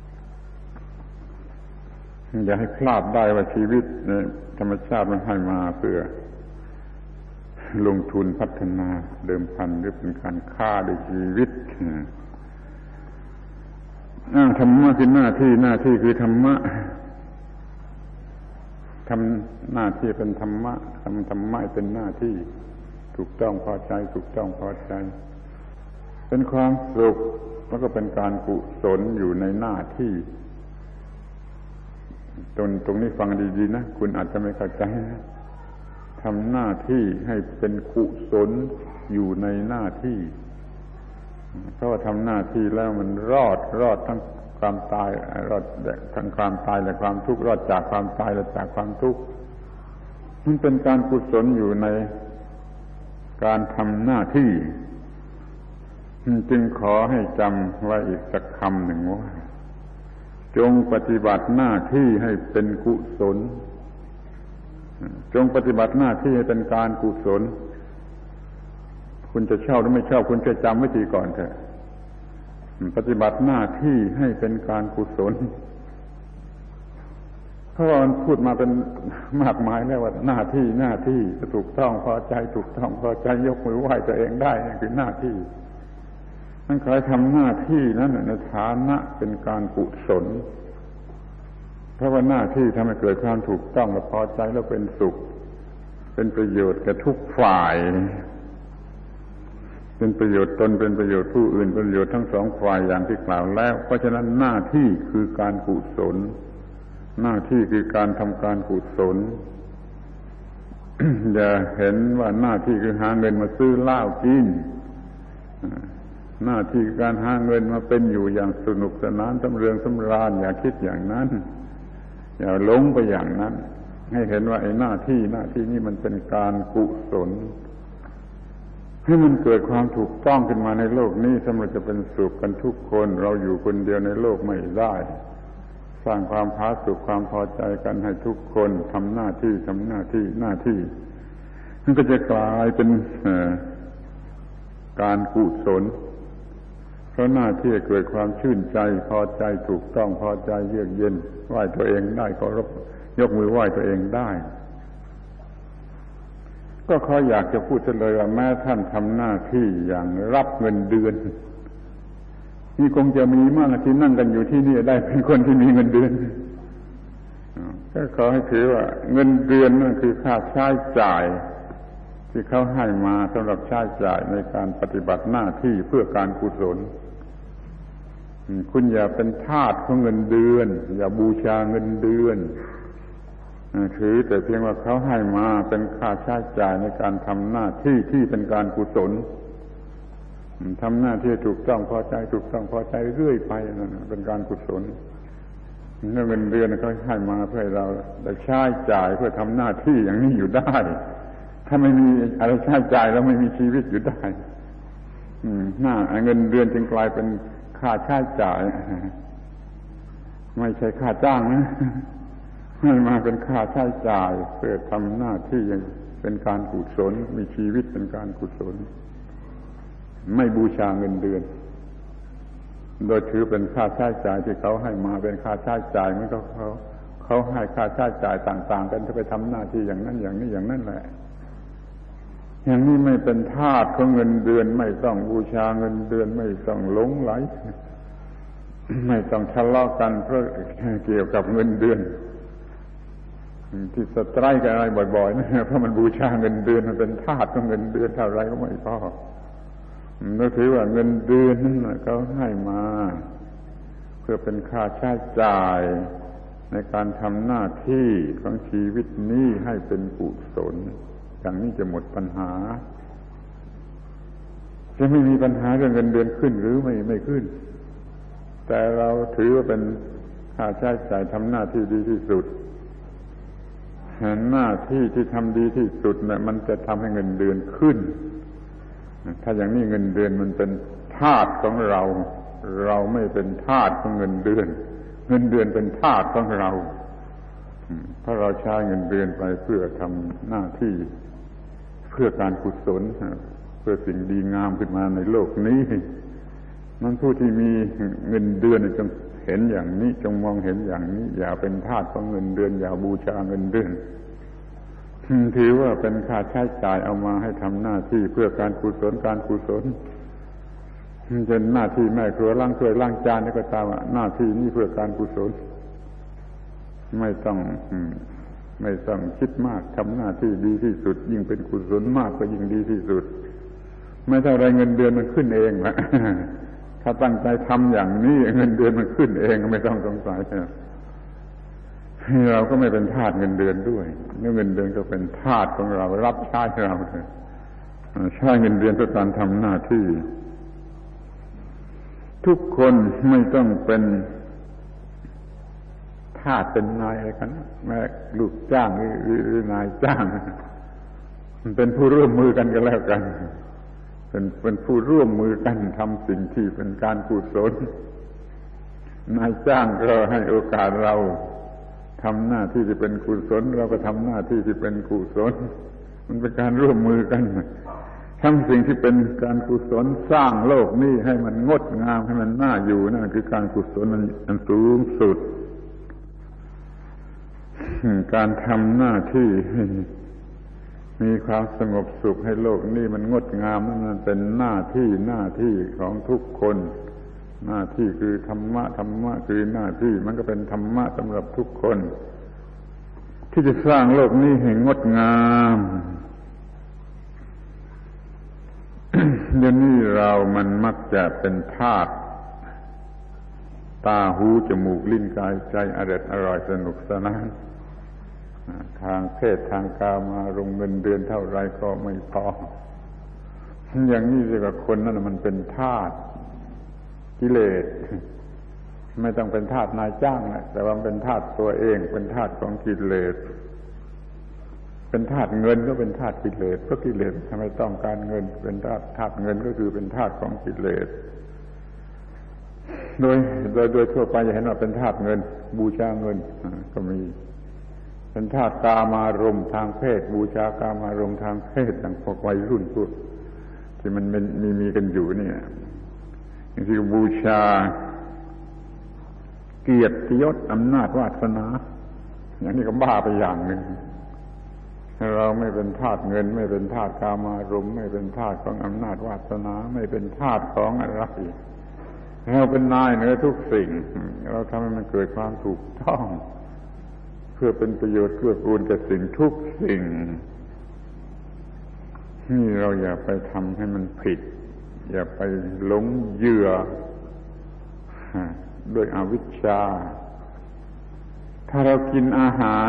Speaker 1: อย่าให้พลาดได้ว่าชีวิตธรรมชาติมันให้มาเพื่อลงทุนพัฒนาเดิมพันหรือเป็นการค้าด้วยชีวิตธรรมะคือหน้าที่คือธรรมะทำหน้าที่เป็นธรรมะทำธรรมะเป็นหน้าที่ถูกต้องพอใจเป็นความสุขแล้วก็เป็นการกุศลอยู่ในหน้าที่ตรงนี้ฟังดีๆนะคุณอาจจะไม่เข้าใจนะทำหน้าที่ให้เป็นกุศลอยู่ในหน้าที่เพราะว่าทำหน้าที่แล้วมันรอดทั้งความตายรอดทั้งความตายและความทุกข์รอดจากความตายและจากความทุกข์มันเป็นการกุศลอยู่ในการทำหน้าที่จึงขอให้จำไว้อีกสักคำหนึ่งว่าจงปฏิบัติหน้าที่ให้เป็นกุศลจงปฏิบัติหน้าที่ให้เป็นการกุศลคุณจะชอบหรือไม่ชอบคุณจะจำไว้ทีก่อนเถอะปฏิบัติหน้าที่ให้เป็นการกุศลเพราะมันพูดมาเป็นมากมายแล้วว่าหน้าที่ถูกต้องพอใจยกมือไหว้ตัวเองได้นี่คือหน้าที่นั่นใครทำหน้าที่นั้นในฐานะเป็นการกุศลเพราะว่าหน้าที่ทำให้เกิดความถูกต้องและพอใจแล้วเป็นสุขเป็นประโยชน์แก่ทุกฝ่ายเป็นประโยชน์ตนเป็นประโยชน์ผู้อื่นเป็นประโยชน์ทั้งสองฝ่ายอย่างที่กล่าวแล้วเพราะฉะนั้นหน้าที่คือการกุศลหน้าที่คือการทำการกุศล อย่าเห็นว่าหน้าที่คือหาเงินมาซื้อเหล้ากินหน้าที่การหาเงินมาเป็นอยู่อย่างสนุกสนานสำเริงสำราญอย่าคิดอย่างนั้นอย่าหลงไปอย่างนั้นให้เห็นว่าไอ้หน้าที่นี่มันเป็นการกุศลให้มันเกิดความถูกต้องขึ้นมาในโลกนี้สำหรับจะเป็นสุขกันทุกคนเราอยู่คนเดียวในโลกไม่ได้สร้างความผาสุกความพอใจกันให้ทุกคนทำหน้าที่มันก็จะกลายเป็นการกุศลเพราะหน้าที่เกิดความชื่นใจพอใจถูกต้องพอใจเยือกเย็นไหว้ตัวเองได้เคารพยกมือไหว้ตัวเองได้ก็ขออยากจะพูดเลยว่าแม้ท่านทำหน้าที่อย่างรับเงินเดือนนี่คงจะมีมากที่นั่งกันอยู่ที่นี่ได้เป็นคนที่มีเงินเดือนก็ขอให้ถือว่าเงินเดือนนั่นคือค่าใช้จ่ายที่เขาให้มาสำหรับใช้จ่ายในการปฏิบัติหน้าที่เพื่อการกุศลคุณอย่าเป็นทาสของเงินเดือนอย่าบูชาเงินเดือนถือแต่เพียงว่าเขาให้มาเป็นค่าใช้จ่ายในการทำหน้าที่ที่เป็นการกุศลทำหน้าที่ถูกต้องพอใจเรื่อยไปนั่นเป็นการกุศลเงินเดือนเขาให้มาเพื่อให้เราได้ใช้จ่ายเพื่อทำหน้าที่อย่างนี้อยู่ได้ถ้าไม่มีอะไรใช้จ่ายแล้วไม่มีชีวิตอยู่ได้เงินเดือนจึงกลายเป็นค่าใช้จ่ายไม่ใช่ค่าจ้างนะให้มาเป็นค่าใช้จ่ายเพื่อทำหน้าที่เป็นการกุศลมีชีวิตเป็นการกุศลไม่บูชาเงินเดือนโดยถือเป็นค่าใช้จ่ายที่เขาให้มาเป็นค่าใช้จ่ายมันก็เขาให้ค่าใช้จ่ายต่างๆกันจะไปทำหน้าที่อย่างนั้นอย่างนี้อย่างนั้นแหละอย่างนี้ไม่เป็นทาสของเงินเดือนไม่ต้องบูชาเงินเดือนไม่ต้องหลงไหลไม่ต้องทะเลาะกันเพราะเกี่ยวกับเงินเดือนที่สไตร์กันอะไรบ่อยๆนะเพราะมันบูชาเงินเดือนมันเป็นทาสของเงินเดือนเท่าไรก็ไม่พอเราถือว่าเงินเดือนนั้นเขาให้มาเพื่อเป็นค่าใช้จ่ายในการทำหน้าที่ของชีวิตนี้ให้เป็นกุศลอย่างนี้จะหมดปัญหาจะไม่มีปัญหาเรื่องเงินเดือนขึ้นหรือไม่ขึ้นแต่เราถือว่าเป็นค่าใช้จ่ายทำหน้าที่ดีที่สุดหน้าที่ที่ทำดีที่สุดเนี่ยมันจะทำให้เงินเดือนขึ้นถ้าอย่างนี้เงินเดือนมันเป็นทาสของเราเราไม่เป็นทาสของเงินเดือนเงินเดือนเป็นทาสของเราเพราะเราใช้เงินเดือนไปเพื่อทำหน้าที่เพื่อการกุศลเพื่อสิ่งดีงามขึ้นมาในโลกนี้มันผู้ที่มีเงินเดือนจงเห็นอย่างนี้จงมองเห็นอย่างนี้อย่าเป็นทาสของเงินเดือนอย่าบูชาเงินเดือนถือว่าเป็นค่าใช้จ่ายเอามาให้ทำหน้าที่เพื่อการกุศลการกุศลเช่นหน้าที่แม่ครัวล้างถ้วยล้างจานนี่ก็ตามหน้าที่นี้เพื่อการกุศลไม่ต้องคิดมากทำหน้าที่ดีที่สุดยิ่งเป็นกุศลมากก็ยิ่งดีที่สุดไม่เท่าไรเงินเดือนมันขึ้นเองละถ้าตั้งใจทำอย่างนี้เงินเดือนมันขึ้นเองไม่ต้องสงสัยเราก็ไม่เป็นทาสเงินเดือนด้วยเงินเดือนก็เป็นทาสของเรารับใช้เราใช้เงินเดือนเพื่อการทำหน้าที่ทุกคนไม่ต้องเป็นทาสเป็นนายอะไรกันแม้ลูกจ้างหรือนายจ้างมันเป็นผู้ร่วมมือกันก็แล้วกันเป็นผู้ร่วมมือกันทำสิ่งที่เป็นการกุศลนายจ้างก็ให้โอกาสเราทำหน้าที่ที่เป็นกุศลเราก็ทำหน้าที่ที่เป็นกุศลมันเป็นการร่วมมือกันทำสิ่งที่เป็นการกุศลสร้างโลกนี้ให้มันงดงามให้มันน่าอยู่นั่นคือการกุศลอันสูงสุดการทำหน้าที่มีความสงบสุขให้โลกนี้มันงดงามนั่นมันเป็นหน้าที่ของทุกคนหน้าที่คือธรรมะคือหน้าที่มันก็เป็นธรรมะสำหรับทุกคนที่จะสร้างโลกนี้ให้งดงามเดี๋ยวนี้เรามันมักจะเป็นทาสตาหูจมูกลิ้นกายใจอร่อยสนุกสนานทางเพศทางกามารมณ์เงินเดือนเท่าไรก็ไม่พออย่างนี้เรียกว่าคนนั้นมันเป็นทาสกิเลสไม่ต้องเป็นทาสนายจ้างนะแต่ว่าเป็นทาสตัวเองเป็นทาสของกิเลสเป็นทาสเงินก็เป็นทาสกิเลสเพราะกิเลสทำให้ต้องการเงินเป็นทาสเงินก็คือเป็นทาสของกิเลสโดยทั่วไปจะเห็นว่าเป็นทาสเงินบูชาเงินก็มีเป็นทาสกามารมณ์ทางเพศบูชากามารมณ์ทางเพศอย่างพวกวัยรุ่นพวกที่มันมีกันอยู่เนี่ยอย่างที่บูชาเกียรติยศอำนาจวาสนาอย่างนี้ก็บ้าไปอย่างหนึ่งเราไม่เป็นทาสเงินไม่เป็นทาสกามารมณ์ไม่เป็นทาสของอำนาจวาสนาไม่เป็นทาสของอะไรเราเป็นนายเหนือทุกสิ่งเราทำให้มันเกิดความถูกต้องเพื่อเป็นประโยชน์เพื่อกูลแก่สิ่งทุกสิ่งนี่เราอย่าไปทำให้มันผิดอย่าไปหลงเหยื่อด้วยอวิชชาถ้าเรากินอาหาร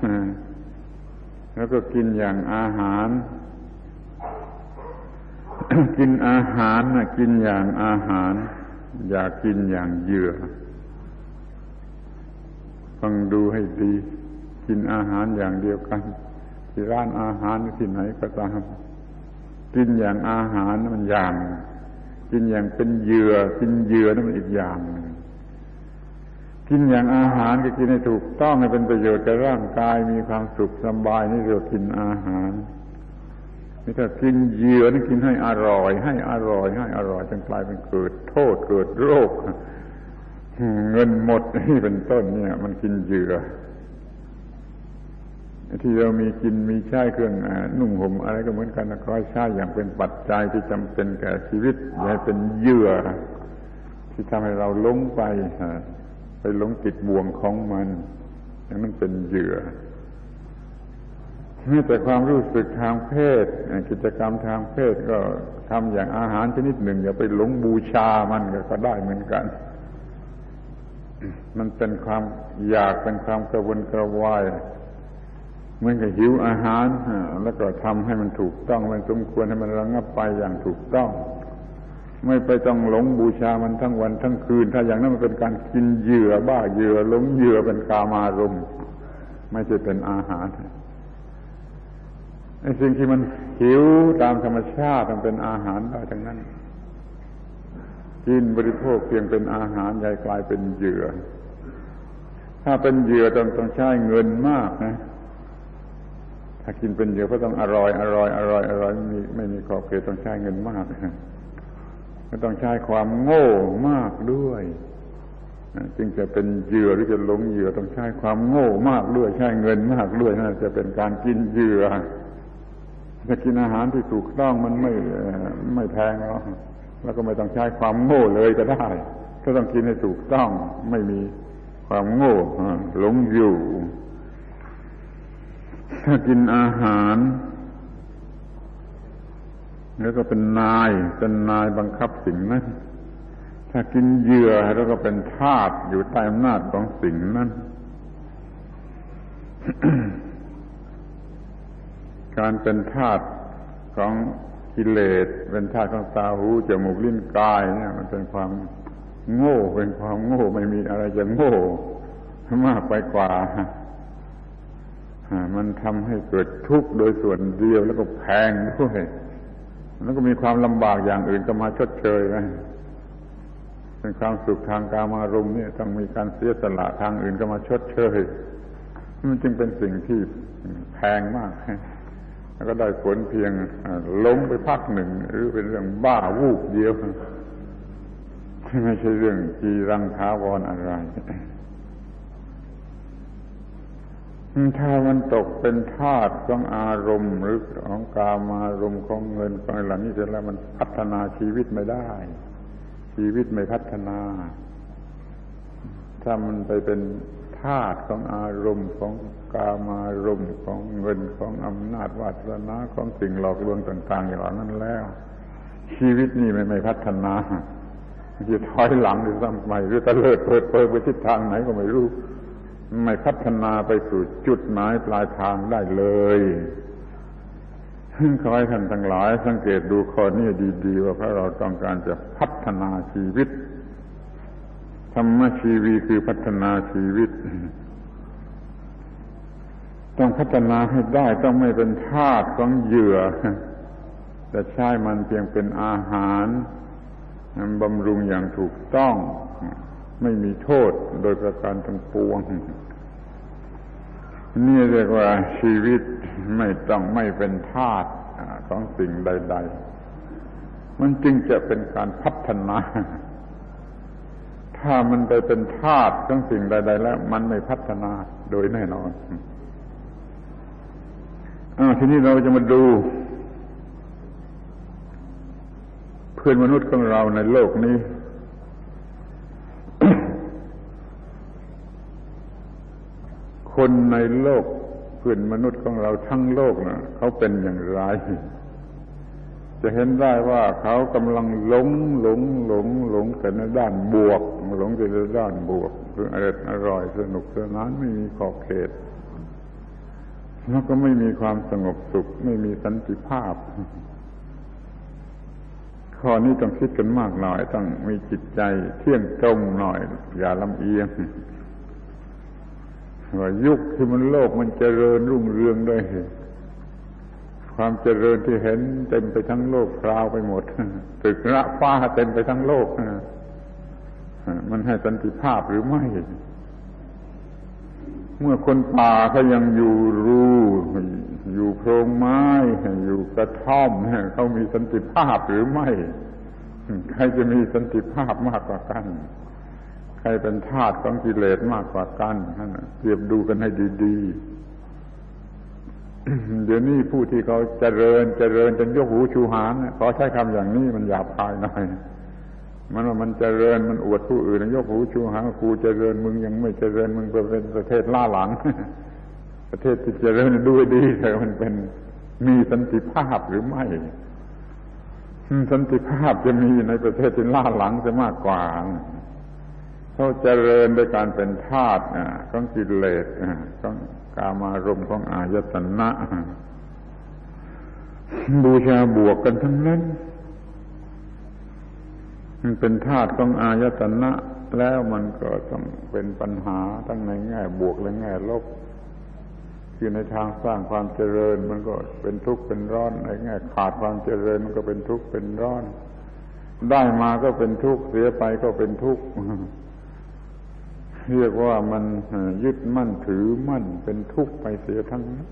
Speaker 1: แล้วก็กินอย่างอาหาร กินอาหารนะกินอย่างอาหารอย่ากินอย่างเหยื่อฟังดูให้ดีกินอาหารอย่างเดียวกันที่ร้านอาหารที่ไหนก็ตามกินอย่างอาหารมันอย่างกินอย่างเป็นเหยื่อกินเหยื่อนั่นมันอีกอย่างนึงกินอย่างอาหารก็กินให้ถูกต้องให้เป็นประโยชน์กับร่างกายมีความสุขสบายนี่เรียกกินอาหารนี่ถ้ากินเหยื่อนี่กินให้อร่อยให้อร่อยให้อร่อยจนกลายเป็นเกิดโทษเกิดโรคเงินหมดนี่เป็นต้นเนี่ยมันกินเหยื่อที่เรามีกินมีใช้เครื่องนุ่งห่มอะไรก็เหมือนกันนะคอยใช้อย่างเป็นปัจจัยที่จำเป็นแก่ชีวิตอย่าให้เป็นเหยื่อที่ทำให้เราหลงไปหลงติดบ่วงของมันอย่างนั้นเป็นเหยื่อแม้แต่ความรู้สึกทางเพศกิจกรรมทางเพศก็ทำอย่างอาหารชนิดหนึ่งอย่าไปหลงบูชามันก็ได้เหมือนกันมันเป็นความอยากเป็นความกระวนกระวายเหมือนกับหิวอาหารแล้วก็ทำให้มันถูกต้องมันสมควรให้มันระงับไปอย่างถูกต้องไม่ไปต้องหลงบูชามันทั้งวันทั้งคืนถ้าอย่างนั้นมันเป็นการกินเหยื่อบ้าเหยื่อหลงเหยื่อเป็นกามารมณ์ไม่ใช่เป็นอาหารไอ้สิ่งที่มันหิวตามธรรมชาติมันเป็นอาหารได้ทั้งนั้นกินบริโภคเพียงเป็นอาหารใหญ่กลายเป็นเหยื่อถ้าเป็นเหยื่อต้องใช้เงินมากนะถ้ากินเป็นเหยื่อก็ต้องอร่อยไม่มีขอบเขตต้องใช้เงินมากก็ต้องใช้ความโง่มากด้วยจึงจะเป็นเหยื่อหรือจะหลงเหยื่อต้องใช้ความโง่มากด้วยใช้เงินมากด้วยน่าจะเป็นการกินเหยื่อถ้ากินอาหารที่ถูกต้องมันไม่แพงหรอกแล้วก็ไม่ต้องใช้ความโง่เลยก็ได้ก็ต้องกินให้ถูกต้องไม่มีความโง่หลงอยู่ถ้ากินอาหารแล้วก็เป็นนายบังคับสิ่งนั้นถ้ากินเหยื่อแล้วก็เป็นทาสอยู่ใต้อำนาจของสิ่งนั้น การเป็นทาสของกิเลสเป็นทาสของตาหูจมูกลิ้นกายเนี่ยมันเป็นความโง่เป็นความโง่ไม่มีอะไรจะโง่มากไปกว่ามันทำให้เกิดทุกข์โดยส่วนเดียวแล้วก็แพงด้วยแล้วก็มีความลำบากอย่างอื่นก็มาชดเชยไว้เป็นความสุขทางกามารมณ์เนี่ยต้องมีการเสียสละทางอื่นก็มาชดเชยมันจึงเป็นสิ่งที่แพงมากแล้วก็ได้ผลเพียงล้มไปพักหนึ่งหรือเป็นเรื่องบ้าวูบเดียวไม่ใช่เรื่องจีรังถาวรอะไรถ้ามันตกเป็นทาสของอารมณ์หรือของกามารมณ์ของเงินของอะไรนี่เสร็จแล้วมันพัฒนาชีวิตไม่ได้ชีวิตไม่พัฒนาถ้ามันไปเป็นทาสของอารมณ์ของกามารมณ์ของเงินของอำนาจวาสนาของสิ่งหลอกลวงต่างๆอย่างนั้นแล้วชีวิตนี่ไม่พัฒนาจะถอยหลังหรือซ้ำไปหรือตะเลิดเปิดเผยไปทิศทางไหนก็ไม่รู้ไม่พัฒนาไปสู่จุดหมายปลายทางได้เลยขอให้ท่านทั้งหลายสังเกตดูข้อนี้ดีๆว่าเพราะเราต้องการจะพัฒนาชีวิตธรรมชีวีคือพัฒนาชีวิตต้องพัฒนาให้ได้ต้องไม่เป็นทาสของเหยื่อแต่ใช้มันเพียงเป็นอาหารบำรุงอย่างถูกต้องไม่มีโทษโดยประการทั้งปวงนี่เรียกว่าชีวิตไม่เป็นทาสของสิ่งใดๆมันจึงจะเป็นการพัฒนาถ้ามันไปเป็นทาสของสิ่งใดๆแล้วมันไม่พัฒนาโดยแน่นอนทีนี้เราจะมาดูเพื่อนมนุษย์ของเราในโลกนี้คนในโลกเพื่อนมนุษย์ของเราทั้งโลกนะเขาเป็นอย่างไรจะเห็นได้ว่าเขากำลังหลงแต่ในด้านบวกหลงแต่ในด้านบวกคืออร่อยสนุกสนานไม่มีขอบเขตแล้วก็ไม่มีความสงบสุขไม่มีสันติภาพข้อนี้ต้องคิดกันมากหน่อยต้องมีจิตใจเที่ยงตรงหน่อยอย่าลำเอียงว่ายุคที่มันโลกมันเจริญรุ่งเรืองด้วยความเจริญที่เห็นเต็มไปทั้งโลกคราวไปหมดตึกระฟ้าเต็มไปทั้งโลกมันให้สันติภาพหรือไม่เมื่อคนป่าเขายังอยู่รูอยู่โพรงไม้อยู่กระท่อมเขามีสันติภาพหรือไม่ใครจะมีสันติภาพมากกว่ากันใครเป็นทาสของกิเลสมากกว่ากันนั่นเปรียบดูกันให้ดีๆเดี๋ยวนี้ผู้ที่เขาเจริญจนยกหูชูหางขอใช้คำอย่างนี้มันหยาบคายหน่อยมันว่ามันเจริญมันอวดผู้อื่นยกหูชูหางกูเจริญมึงยังไม่เจริญมึงเป็นประเทศล่าหลังประเทศที่เจริญดูดีแต่มันเป็นมีสันติภาพหรือไม่สันติภาพจะมีในประเทศที่ล่าหลังจะมากกว่าเขาเจริญด้วยการเป็นทาสของกิเลสของกามารมณ์ของอายตนะบูชาบวกกันทั้งนั้นมันเป็นธาตุของอายตนะแล้วมันก็ต้องเป็นปัญหาทั้งในแง่บวกและแง่ลบคือในทางสร้างความเจริญมันก็เป็นทุกข์เป็นร้อนในแง่ขาดความเจริญมันก็เป็นทุกข์เป็นร้อนได้มาก็เป็นทุกข์เสียไปก็เป็นทุกข์เรียกว่ามันยึดมั่นถือมั่นเป็นทุกข์ไปเสียทั้งนั้น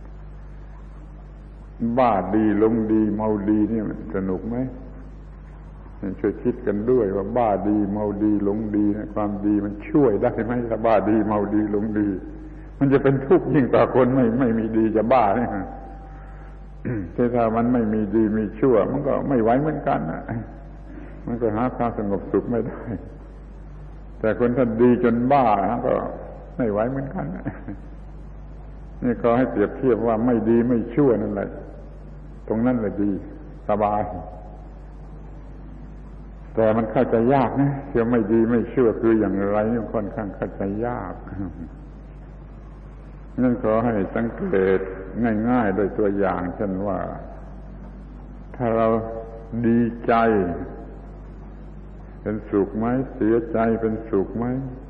Speaker 1: บ้าดีหลงดีเมาดีนี่มันสนุกไหมช่วยคิดกันด้วยว่าบ้าดีเมาดีหลงดีนะความดีมันช่วยได้ไหมถ้าบ้าดีเมาดีหลงดีมันจะเป็นทุกข์ยิ่งกว่าคนไม่มีดีจะบ้าเนี่ยถ้ามันไม่มีดีมีชั่วมันก็ไม่ไหวเหมือนกันนะมันก็หาความสงบสุขไม่ได้แต่คนถ้าดีจนบ้าก็ไม่ไหวเหมือนกันนี่ก็ให้เปรียบเทียบว่าไม่ดีไม่ชั่วนั่นแหละตรงนั้นแหละดีสบายแต่มันเข้าใจยากนะเชื่อไม่ดีไม่ชั่วคืออย่างไรนี่ค่อนข้างเข้าใจยากนั่นขอให้สังเกตง่ายๆโดยตัวอย่างเช่นว่าถ้าเราดีใจเป็นสุขไหมเสียใจเป็นสุขไหม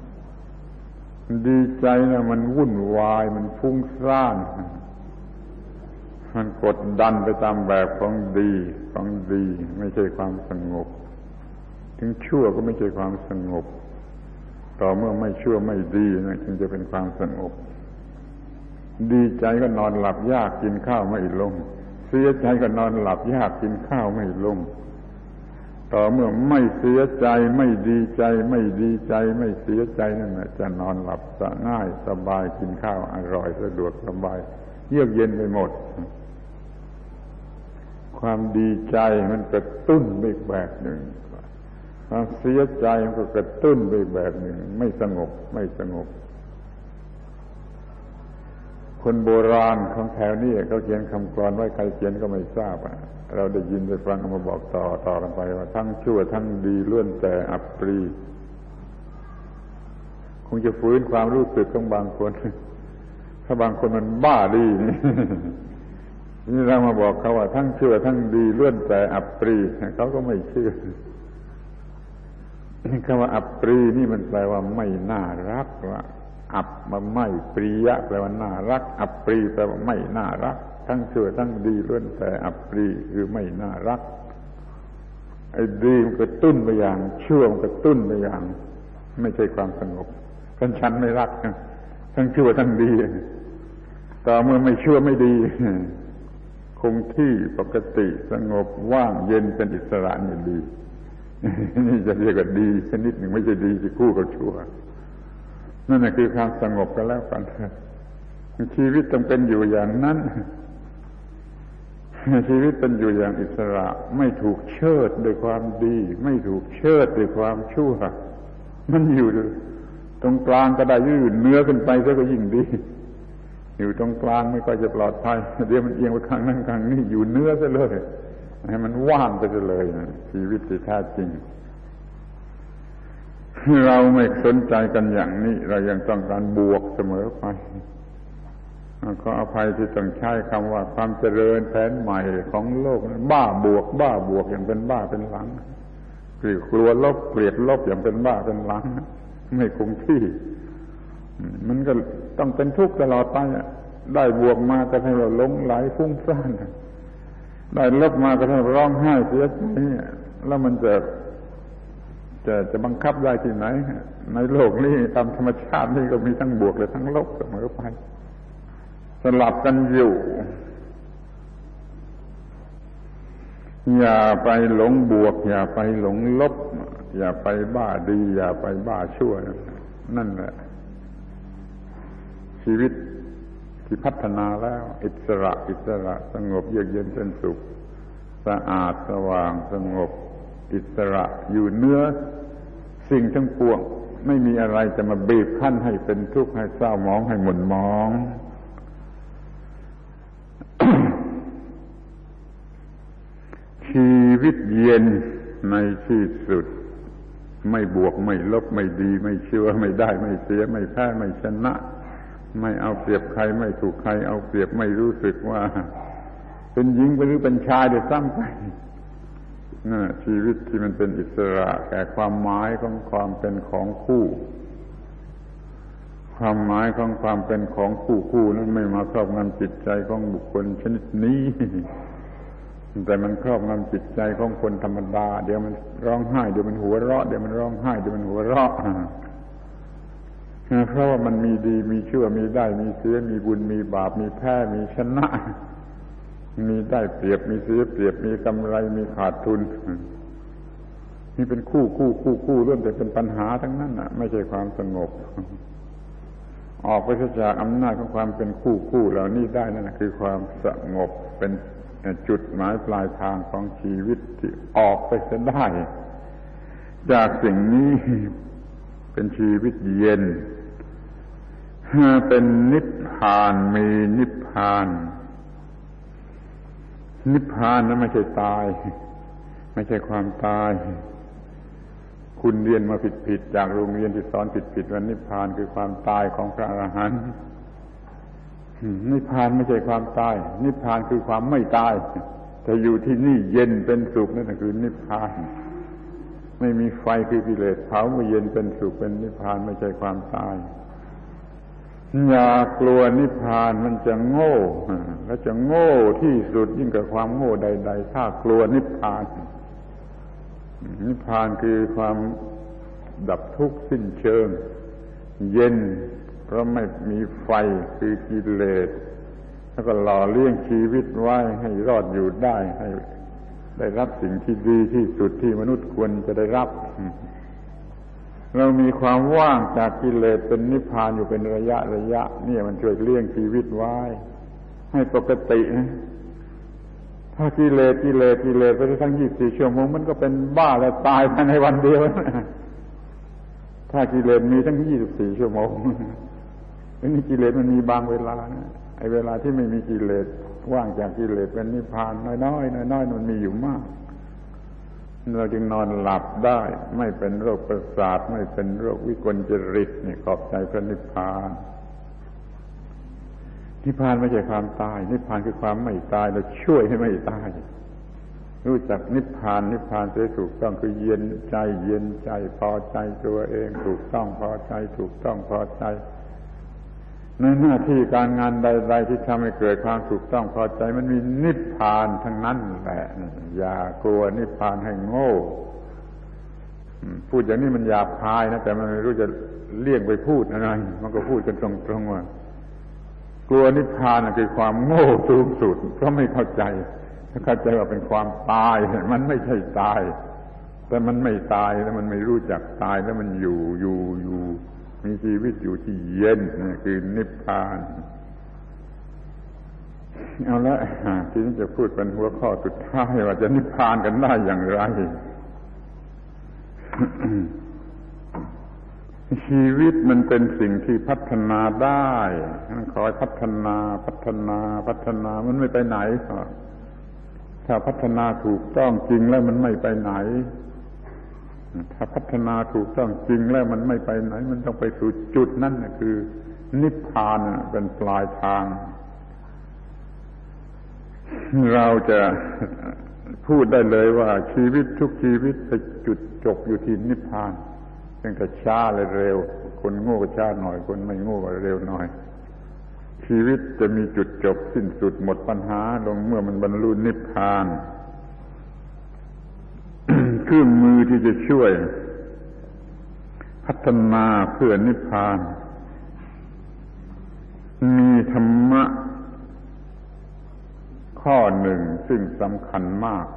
Speaker 1: ดีใจนะมันวุ่นวายมันฟุ้งซ่านมันกดดันไปตามแบบของดีไม่ใช่ความสงบถึงชั่วก็ไม่ใช่ความสงบต่อเมื่อไม่ชั่วไม่ดีนะจึงจะเป็นความสงบดีใจก็นอนหลับยากกินข้าวไม่ลงเสียใจก็นอนหลับยากกินข้าวไม่ลงต่อเมื่อไม่เสียใจไม่ดีใจไม่ดีใจไม่เสียใจนั่นแหละจะนอนหลับง่ายสบายกินข้าวอร่อยสะดวกสบายเยือกเย็นไปหมดความดีใจมันกระตุ้นไปอีกแบบหนึ่งความเสียใจมันก็กระตุ้นไปอีกแบบหนึ่งไม่สงบคนโบราณของแถวนี้เขาเขียนคำกลอนไว้ใครเขียนก็ไม่ทราบเราได้ยินได้ฟังเอามาบอกต่อกันไปว่าทั้งชั่วทั้งดีล้วนแต่อับปรีคงจะฟื้นความรู้สึกของบางคนถ้าบางคนมันบ้าดีนี่เรามาบอกเขาว่าทั้งชั่วทั้งดีล้วนแต่อับปรีเขาก็ไม่เชื่อคำว่าอับปรีนี่มันแปลว่าไม่น่ารักว่าอับมาไม่ปรียะแปลว่าน่ารักอับปรีแปลว่าไม่น่ารักทั้งชั่วทั้งดีล้วนแต่อับปรีคือไม่น่ารักไอ้ดีมันกระตุ้นไปอย่างชั่วมันกระตุ้นไปอย่างไม่ใช่ความสงบฉันไม่รักทั้งชั่วทั้งดีต่อเมื่อไม่ชั่วไม่ดีคงที่ปกติสงบว่างเย็นเป็นอิสระนี่ดีนี่จะเรียกว่าดีชนิดหนึ่งไม่ใช่ดีที่คู่กับชั่วนั่นแหละคือความสงบกันแล้วกันชีวิตต้องเป็นอยู่อย่างนั้นชีวิตเป็นอยู่อย่างอิสระไม่ถูกเชิดด้วยความดีไม่ถูกเชิดด้วยความชั่วมันอยู่ตรงกลางก็ได้ยืดเนื้อขึ้นไปซะก็ยิ่งดีอยู่ตรงกลางไม่ค่อยจะปลอดภัยเดี๋ยวมันเอียงไปข้างนั้นข้างนี้อยู่เนื้อซะเลยให้มันว่างไปซะเลยชีวิตที่แท้จริงเราไม่สนใจกันอย่างนี้เรายังต้องการบวกเสมอไปขออภัยที่ต้องใช้คำว่าความเจริญแผนใหม่ของโลกบ้าบวกอย่างเป็นบ้าเป็นหลังกลัวลบเกลียดลบอย่างเป็นบ้าเป็นหลังไม่คงที่มันก็ต้องเป็นทุกข์ตลอดไปได้บวกมาก็ให้เราหลงไหลฟุ้งซ่านได้ลบมาก็ให้ร้องไห้เสียใจแล้วมันจะจะบังคับได้ที่ไหนในโลกนี้ตามธรรมชาตินี่ก็มีทั้งบวกและทั้งลบเสมอไปสลับกันอยู่อย่าไปหลงบวกอย่าไปหลงลบอย่าไปบ้าดีอย่าไปบ้าชั่วนั่นแหละชีวิตที่พัฒนาแล้วอิสระสงบเยือกเย็นเป็นสุขสะอาดสว่างสงบอิสระอยู่เนื้อสิ่งทั้งปวงไม่มีอะไรจะมาบีบคั้นให้เป็นทุกข์ให้เศร้าหมองให้หม่นหมอง ชีวิตเย็นในที่สุดไม่บวกไม่ลบไม่ดีไม่ชั่วไม่ได้ไม่เสียไม่แพ้ไม่ชนะไม่เอาเปรียบใครไม่ถูกใครเอาเปรียบไม่รู้สึกว่าเป็นหญิงหรือเป็นชายเดี๋ยวซ้ำไปนั่นชีวิตที่มันเป็นอิสระแก่ความหมายของความเป็นของคู่ความหมายของความเป็นของคู่นั้นไม่มาครอบงำจิตใจของบุคคลชนิดนี้แต่มันครอบงำจิตใจของคนธรรมดาเดี๋ยวมันร้องไห้เดี๋ยวมันหัวเราะเดี๋ยวมันร้องไห้เดี๋ยวมันหัวเราะเพราะว่ามันมีดีมีชั่วมีได้มีเสียมีบุญมีบาปมีแพ้มีชนะมีได้เปรียบมีเสียเปรียบมีกำไรมีขาดทุนนี่เป็นคู่ล้วนแต่เป็นปัญหาทั้งนั้นน่ะไม่ใช่ความสงบออกไปจากอำนาจของความเป็นคู่เหล่านี้ได้นั่นคือความสงบเป็นจุดหมายปลายทางของชีวิตที่ออกไปจะได้จากสิ่งนี้เป็นชีวิตเย็นเป็นนิพพานมีนิพพานนิพพานนั้นไม่ใช่ตายไม่ใช่ความตายคุณเรียนมาผิดจากโรงเรียนที่สอนผิดว่านิพพานคือความตายของพระอรหันต์นิพพานไม่ใช่ความตายนิพพานคือความไม่ตายแต่อยู่ที่นี่เย็นเป็นสุขนั่นคือนิพพานไม่มีไฟคือกิเลสเผาเมื่อเย็นเป็นสุขเป็นนิพพานไม่ใช่ความตายอย่ากลัวนิพพานมันจะโง่และจะโง่ที่สุดยิ่งกว่าความโง่ใดๆถ้ากลัวนิพพานนิพพานคือความดับทุกข์สิ้นเชิงเย็นเพราะไม่มีไฟคือกิเลสแล้วก็หล่อเลี้ยงชีวิตไว้ให้รอดอยู่ได้ให้ได้รับสิ่งที่ดีที่สุดที่มนุษย์ควรจะได้รับเรามีความว่างจากกิเลสเป็นนิพพานอยู่เป็นระยะนี่มันช่วยเลี้ยงชีวิตไว้ให้ปกตินะถ้ากิเลสไปทั้ง24ชั่วโมงมันก็เป็นบ้าและตายภายในวันเดียวถ้ากิเลสมีทั้ง24ชั่วโมงนี่กิเลสมันมีบางเวลานะไอ้เวลาที่ไม่มีกิเลสว่างจากกิเลสเป็นนิพพานน้อยมันมีอยู่มากเราจึงนอนหลับได้ไม่เป็นโรคประสาทไม่เป็นโรควิกลจริตนี่ขอบใจพระนิพพานนิพพานไม่ใช่ความตายนิพพานคือความไม่ตายเราช่วยให้ไม่ตายรู้จักนิพพานเสียถูกต้องคือเย็นใจพอใจตัวเองถูกต้องพอใจถูกต้องพอใจในหน้าที่การงานใดๆที่ทำให้เกิดความถูกต้องพอใจมันมีนิพพานทั้งนั้นแหละอย่ากลัวนิพพานให้โง่พูดอย่างนี้มันหยาบคายนะแต่มันไม่รู้จะเลี่ยงไปพูดอะไรมันก็พูดกันตรงๆว่ากลัวนิพพานคือความโง่สูงสุดเพราะไม่เข้าใจว่าเป็นความตายมันไม่ใช่ตายแต่มันไม่ตายแล้วมันไม่รู้จักตายแล้วมันอยู่มีชีวิตอยู่ที่เย็นนี่คือนิพพานเอาละทีนี้จะพูดเป็นหัวข้อสุดท้ายว่าจะนิพพานกันได้อย่างไร ชีวิตมันเป็นสิ่งที่พัฒนาได้คอยพัฒนามันไม่ไปไหนถ้าพัฒนาถูกต้องจริงแล้วมันไม่ไปไหนถ้าพัฒนาถูกต้องจริงแล้วมันไม่ไปไหนมันต้องไปสู่จุดนั้นนะคือนิพพานเป็นปลายทางเราจะพูดได้เลยว่าชีวิตทุกชีวิตไปจุดจบอยู่ที่นิพพานเพียงแต่ช้าและเร็วคนโง่ก็ช้าหน่อยคนไม่โง่ก็เร็วหน่อยชีวิตจะมีจุดจบสิ้นสุดหมดปัญหาลงเมื่อมันบรรลุนิพพาน เครื่องมือที่จะช่วยพัฒนาเพื่อนิพพานมีธรรมะข้อหนึ่งซึ่งสำคัญมาก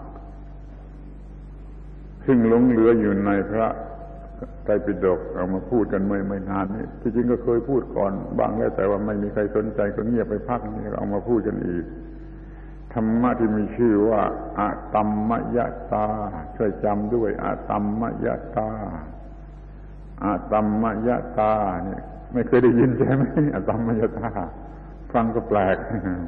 Speaker 1: ซึ่งหลงเหลืออยู่ในพระไตรปิฎกเอามาพูดกันไม่นานนี้ที่จริงก็เคยพูดก่อนบ้างแล้วแต่ว่าไม่มีใครสนใจก็เงียบไปพักนี้เอามาพูดกันอีกธรรมะที่มีชื่อว่าอะตัมมยตาช่วยจำด้วยอะตัมมยตาอะตัมมยตาเนี่ยไม่เคยได้ยินใช่ไหมอะตัมมยตาฟังก็แปลก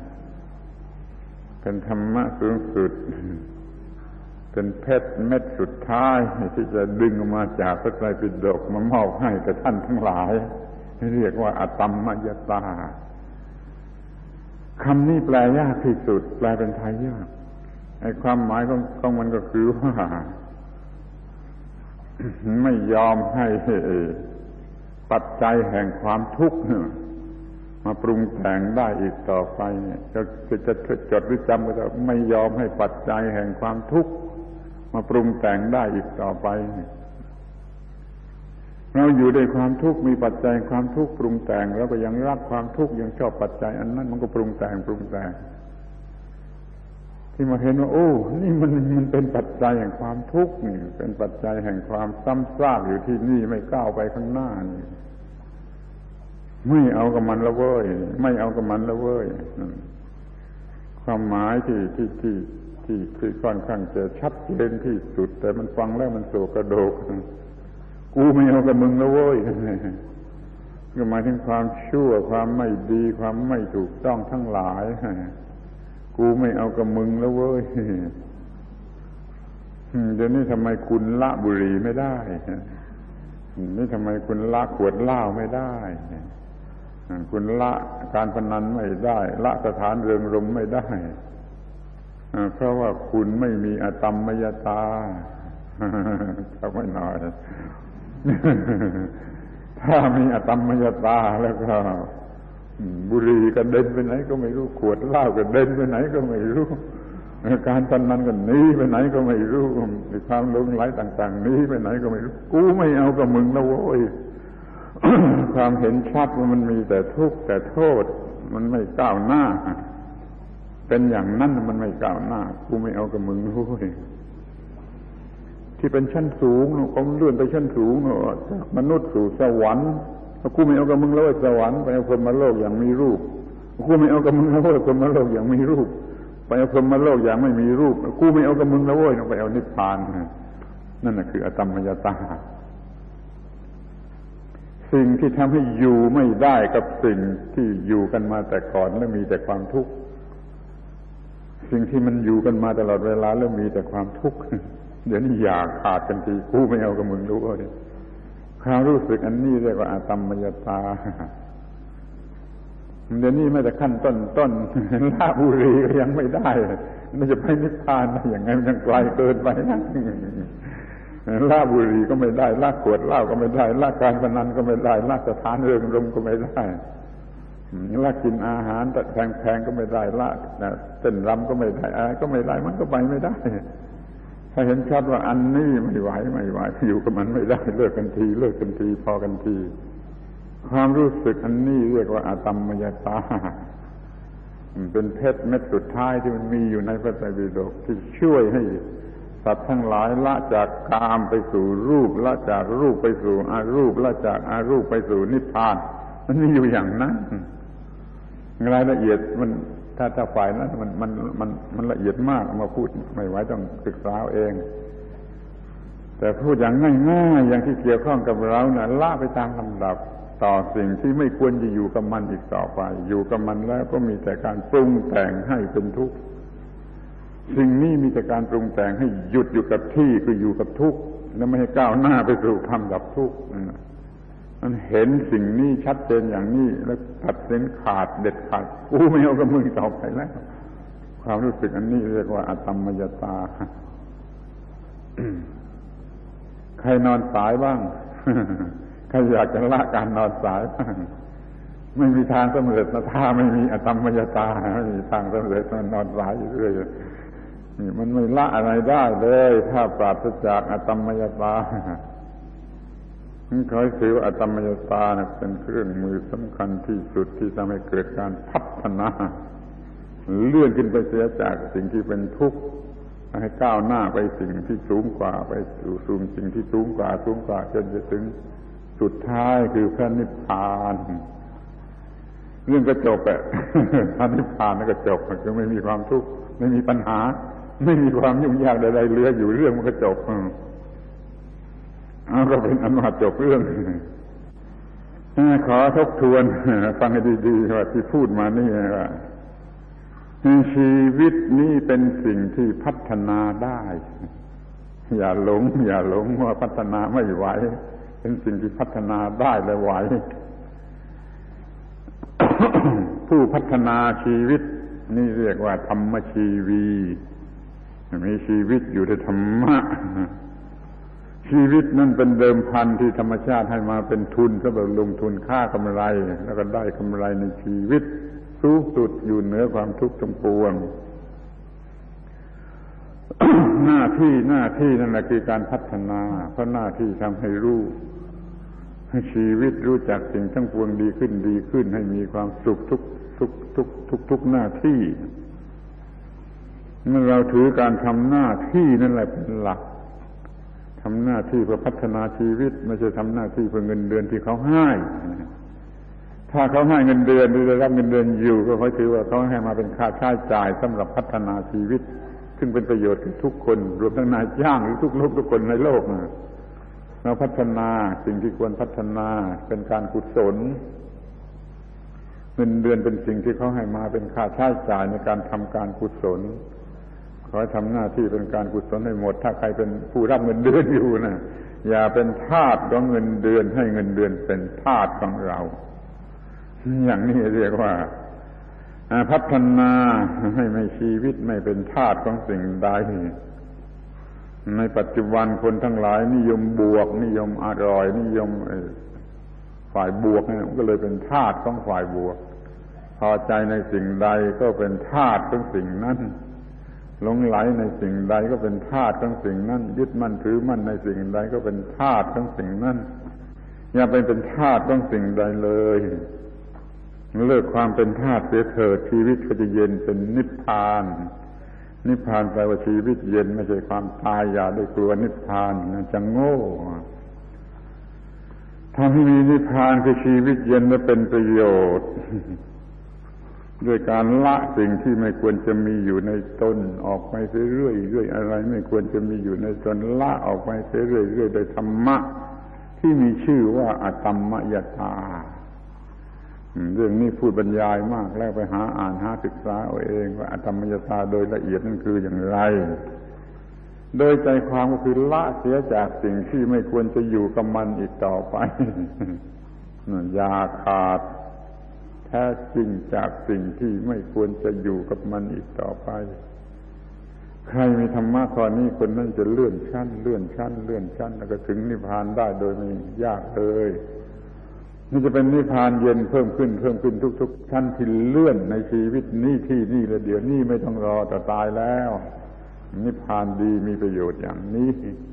Speaker 1: เป็นธรรมะสูงสุดเป็นเพชรเม็ดสุดท้ายที่จะดึงออกมาจากพระไตรปิฎกมามอบให้กับท่านทั้งหลายเรียกว่าอะตัมมยตาคำนี้แปลยากที่สุดแปลเป็นไทยยากไอ้ความหมายของมันก็คือว่าไม่ยอมให้ปัจจัยแห่งความทุกข์มาปรุงแต่งได้อีกต่อไปเนี่ยจะจดหรือจำก็จะไม่ยอมให้ปัจจัยแห่งความทุกข์มาปรุงแต่งได้อีกต่อไปเราอยู่ด้วยความทุกข์มีปัจจัยความทุกข์ปรุงแต่งแล้วก็ยังรักความทุกข์ยังชอบปัจจัยอันนั้นมันก็ปรุงแต่งที่มาเห็นว่าโอ้นี่มันเป็นปัจจัยแห่งความทุกข์นี่เป็นปัจจัยแห่งความซ้ำซากอยู่ที่นี่ไม่ก้าวไปข้างหน้านี่ไม่เอากับมันแล้วเว้ยไม่เอากับมันแล้วเว้ยความหมายที่ค่อนข้างจะชัดเจนที่สุดแต่มันฟังแล้วมันโศกกระโดกกูไม่เอากับมึงแล้วเว้ยก็หมายถึงความชั่วความไม่ดีความไม่ถูกต้องทั้งหลายกูไม่เอากับมึงแล้วเว้ยเดี๋ยวนี้ทำไมคุณละบุหรี่ไม่ได้นี่ทำไมคุณละขวดเหล้าไม่ได้คุณละการพนันไม่ได้ละสถานเริงรมย์ไม่ได้เพราะว่าคุณไม่มีอะตัมมยตาสักไม่น้อยถ้ามีอะตัมมยตาแล้วก็บุหรี่กระเด็นไปไหนก็ไม่รู้ขวดเหล้ากระเด็นไปไหนก็ไม่รู้การพนันก็หนีไปไหนก็ไม่รู้ความหลงไหลต่างๆหนีไปไหนก็ไม่รู้กูไม่เอากับมึงแล้วโว้ยความเห็นชัดว่ามันมีแต่ทุกข์แต่โทษมันไม่ก้าวหน้าเป็นอย่างนั้นมันไม่ก้าวหน้ากูไม่เอากับมึงด้วยที่เป็นชั้นสูงเขาเลื่อนไปชั้นสูงจากมนุษย์สู่สวรรค์กูไม่เอากับมึงแล้วสวรรค์ไปเอาพรหมโลกอย่างมีรูปกูไม่เอากับมึงแล้วพรหมโลกอย่างมีรูปไปเอาพรหมโลกอย่างไม่มีรูปกูไม่เอากับมึงแล้วต้องไปเอานิพพานนั่นน่ะคืออะตัมมยตาสิ่งที่ทำให้อยู่ไม่ได้กับสิ่งที่อยู่กันมาแต่ก่อนแล้วมีแต่ความทุกข์สิ่งที่มันอยู่กันมาตลอดเวลาแล้วมีแต่ความทุกข์เดี๋ยวนี้อยากขาดกันทีกูไม่เอากับมึงรู้ดิความรู้สึกอันนี้เรียกว่าอะตัมมยตาเดี๋ยวนี้แม้แต่ขั้นต้นละบุหรี่ก็ยังไม่ได้มันจะไปนิพพานได้อย่างไงมันยังไกลเกินไปนะละบุหรี่ก็ไม่ได้ละขวดเหล้าก็ไม่ได้ละการพนันก็ไม่ได้ละสถานเริงรมย์ก็ไม่ได้ละกินอาหารแพงๆก็ไม่ได้ละเต้นรำก็ไม่ได้อะไรก็ไม่ได้มันก็ไปไม่ได้ถ้าเห็นชัดว่าอันนี้ไม่ไหวอยู่กับมันไม่ได้เลิกกันทีพอกันทีความรู้สึกอันนี้เรียกว่าอะตัมมยตาเป็นเพชรเม็ดสุดท้ายที่มันมีอยู่ในพระไตรปิฎกที่ช่วยให้สัตว์ทั้งหลายละจากกามไปสู่รูปละจากรูปไปสู่อารูปละจากอารูปไปสู่นิพพานมันมีอยู่อย่างนั้นรายละเอียดมันถ้าฝ่ายนั้นมันละเอียดมากมาพูดไม่ไหวต้องศึกษาเองแต่พูดอย่างง่ายๆอย่างที่เกี่ยวข้องกับเราน่ะละไปตามลำดับต่อสิ่งที่ไม่ควรจะอยู่กับมันอีกต่อไปอยู่กับมันแล้วก็มีแต่การปรุงแต่งให้เป็นทุกข์สิ่งนี้มีแต่การปรุงแต่งให้หยุดอยู่กับที่คืออยู่กับทุกข์แล้วไม่ให้ก้าวหน้าไปสู่ความดับทุกข์มันเห็นสิ่งนี้ชัดเจนอย่างนี้แล้วตัดสินขาดเด็ดขาดกูไม่เอากับมึงต่อไปแล้วความรู้สึกอันนี้เรียกว่าอะตัมมยตาใครนอนสายบ้างใครอยากจะละการนอนสายบ้างไม่มีทางสำเร็จนะถ้าไม่มีอะตัมมยตาไม่มีทางสำเร็จมันนอนสายอยู่เรื่อยนี่มันไม่ละอะไรได้เลยถ้าปราศจากอะตัมมยตาขอให้ถือว่าอตมยตาเป็นเครื่องมือสำคัญที่สุดที่ทำให้เกิดการพัฒนาเลื่อนขึ้นไปเสียจากสิ่งที่เป็นทุกข์ให้ก้าวหน้าไปสิ่งที่สูงกว่าไปสู่สิ่งที่สูงกว่าจนจะถึงสุดท้ายคือพระนิพพานเรื่องก็จบอะพระนิพพานนั่นก็จบคือไม่มีความทุกข์ไม่มีปัญหาไม่มีความยุ่งยากใดๆเหลืออยู่เรื่องมันก็จบก็เป็นอันว่าจบเรื่องขอทบทวนฟังให้ดีๆว่าที่พูดมานี่ว่าชีวิตนี้เป็นสิ่งที่พัฒนาได้อย่าหลงว่าพัฒนาไม่ไหวเป็นสิ่งที่พัฒนาได้และไหว ผู้พัฒนาชีวิตนี่เรียกว่าธรรมชีวีมีชีวิตอยู่ในธรรมะชีวิตนั่นเป็นเดิมพันที่ธรรมชาติให้มาเป็นทุนสำหรับลงทุนค่ากำไรแล้วก็ได้กำไรในชีวิตสูงสุดอยู่เหนือความทุกข์ทั้งปวง หน้าที่นั่นแหละคือการพัฒนาเพราะหน้าที่ทำให้รู้ให้ชีวิตรู้จักสิ่งทั้งปวงดีขึ้นให้มีความสุขทุกหน้าที่เมื่อเราถือการทำหน้าที่นั่นแหละเป็นหลักทำหน้าที่เพื่อพัฒนาชีวิตไม่ใช่ทำหน้าที่เพื่อเงินเดือนที่เขาให้ถ้าเขาให้เงินเดือนหรือได้รับเงินเดือนอยู่ก็เขาถือว่าเขาให้มาเป็นค่าใช้จ่ายสำหรับพัฒนาชีวิตซึ่งเป็นประโยชน์กับทุกคนรวมทั้งนายจ้างหรือทุกคนในโลกเราพัฒนาสิ่งที่ควรพัฒนาเป็นการกุศลเงินเดือนเป็นสิ่งที่เขาให้มาเป็นค่าใช้จ่ายในการทำการกุศลขอให้ทำหน้าที่เป็นการกุศลให้หมดถ้าใครเป็นผู้รับเงินเดือนอยู่นะอย่าเป็นทาสของเงินเดือนให้เงินเดือนเป็นทาสของเราอย่างนี้เรียกว่าพัฒนาให้ในชีวิตไม่เป็นทาสของสิ่งใดในปัจจุบันคนทั้งหลายนิยมบวกนิยมอร่อยนิยมฝ่ายบวกเนี่ยก็เลยเป็นทาสของฝ่ายบวกพอใจในสิ่งใดก็เป็นทาสของสิ่งนั้นหลงไหลในสิ่งใดก็เป็นทาสของสิ่งนั้นยึดมั่นถือมั่นในสิ่งใดก็เป็นทาสของสิ่งนั้นอย่าไปเป็นทาสของสิ่งใดเลยเลิกความเป็นทาสเสียเถิดชีวิตก็จะเย็นเป็นนิพพานนิพพานแปลว่าชีวิตเย็นไม่ใช่ความตายอย่าได้กลัวนิพพานจะโง่ทำให้มีนิพพานคือชีวิตเย็นและเป็นประโยชน์ด้วยการละสิ่งที่ไม่ควรจะมีอยู่ในตนออกไปเรื่อยๆอะไรไม่ควรจะมีอยู่ในตนละออกไปเรื่อยๆโดยธรรมะที่มีชื่อว่าอตมมยตาเรื่องนี้พูดบรรยายมากแล้วไปหาอ่านหาศึกษาเอาเองว่าอตมมยตาโดยละเอียดนั่นคืออย่างไรโดยใจความก็คือละเสียจากสิ่งที่ไม่ควรจะอยู่กับมันอีกต่อไปอย่าขาดแท้จริงจากสิ่งที่ไม่ควรจะอยู่กับมันอีกต่อไปใครมีธรรมะข้อนี้คนนั้นจะเลื่อนชั้นแล้วก็ถึงนิพพานได้โดยไม่ยากเลยนี่จะเป็นนิพพานเย็นเพิ่มขึ้นทุกชั้นที่เลื่อนในชีวิตนี้ที่นี่และเดี๋ยวนี้ไม่ต้องรอแต่ตายแล้วนิพพานดีมีประโยชน์อย่างนี้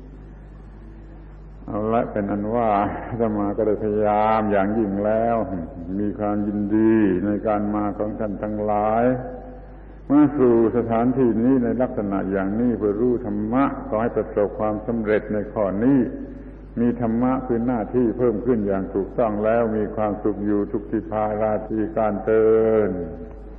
Speaker 1: เอาละเป็นอันว่าอาตมาก็ได้พยายามอย่างยิ่งแล้วมีความยินดีในการมาของท่านทั้งหลายมาสู่สถานที่นี้ในลักษณะอย่างนี้เพื่อรู้ธรรมะขอให้ประสบความสำเร็จในข้อนี้มีธรรมะคือหน้าที่เพิ่มขึ้นอย่างถูกต้องแล้วมีความสุขอยู่ทุกที่พาราที่การเตือน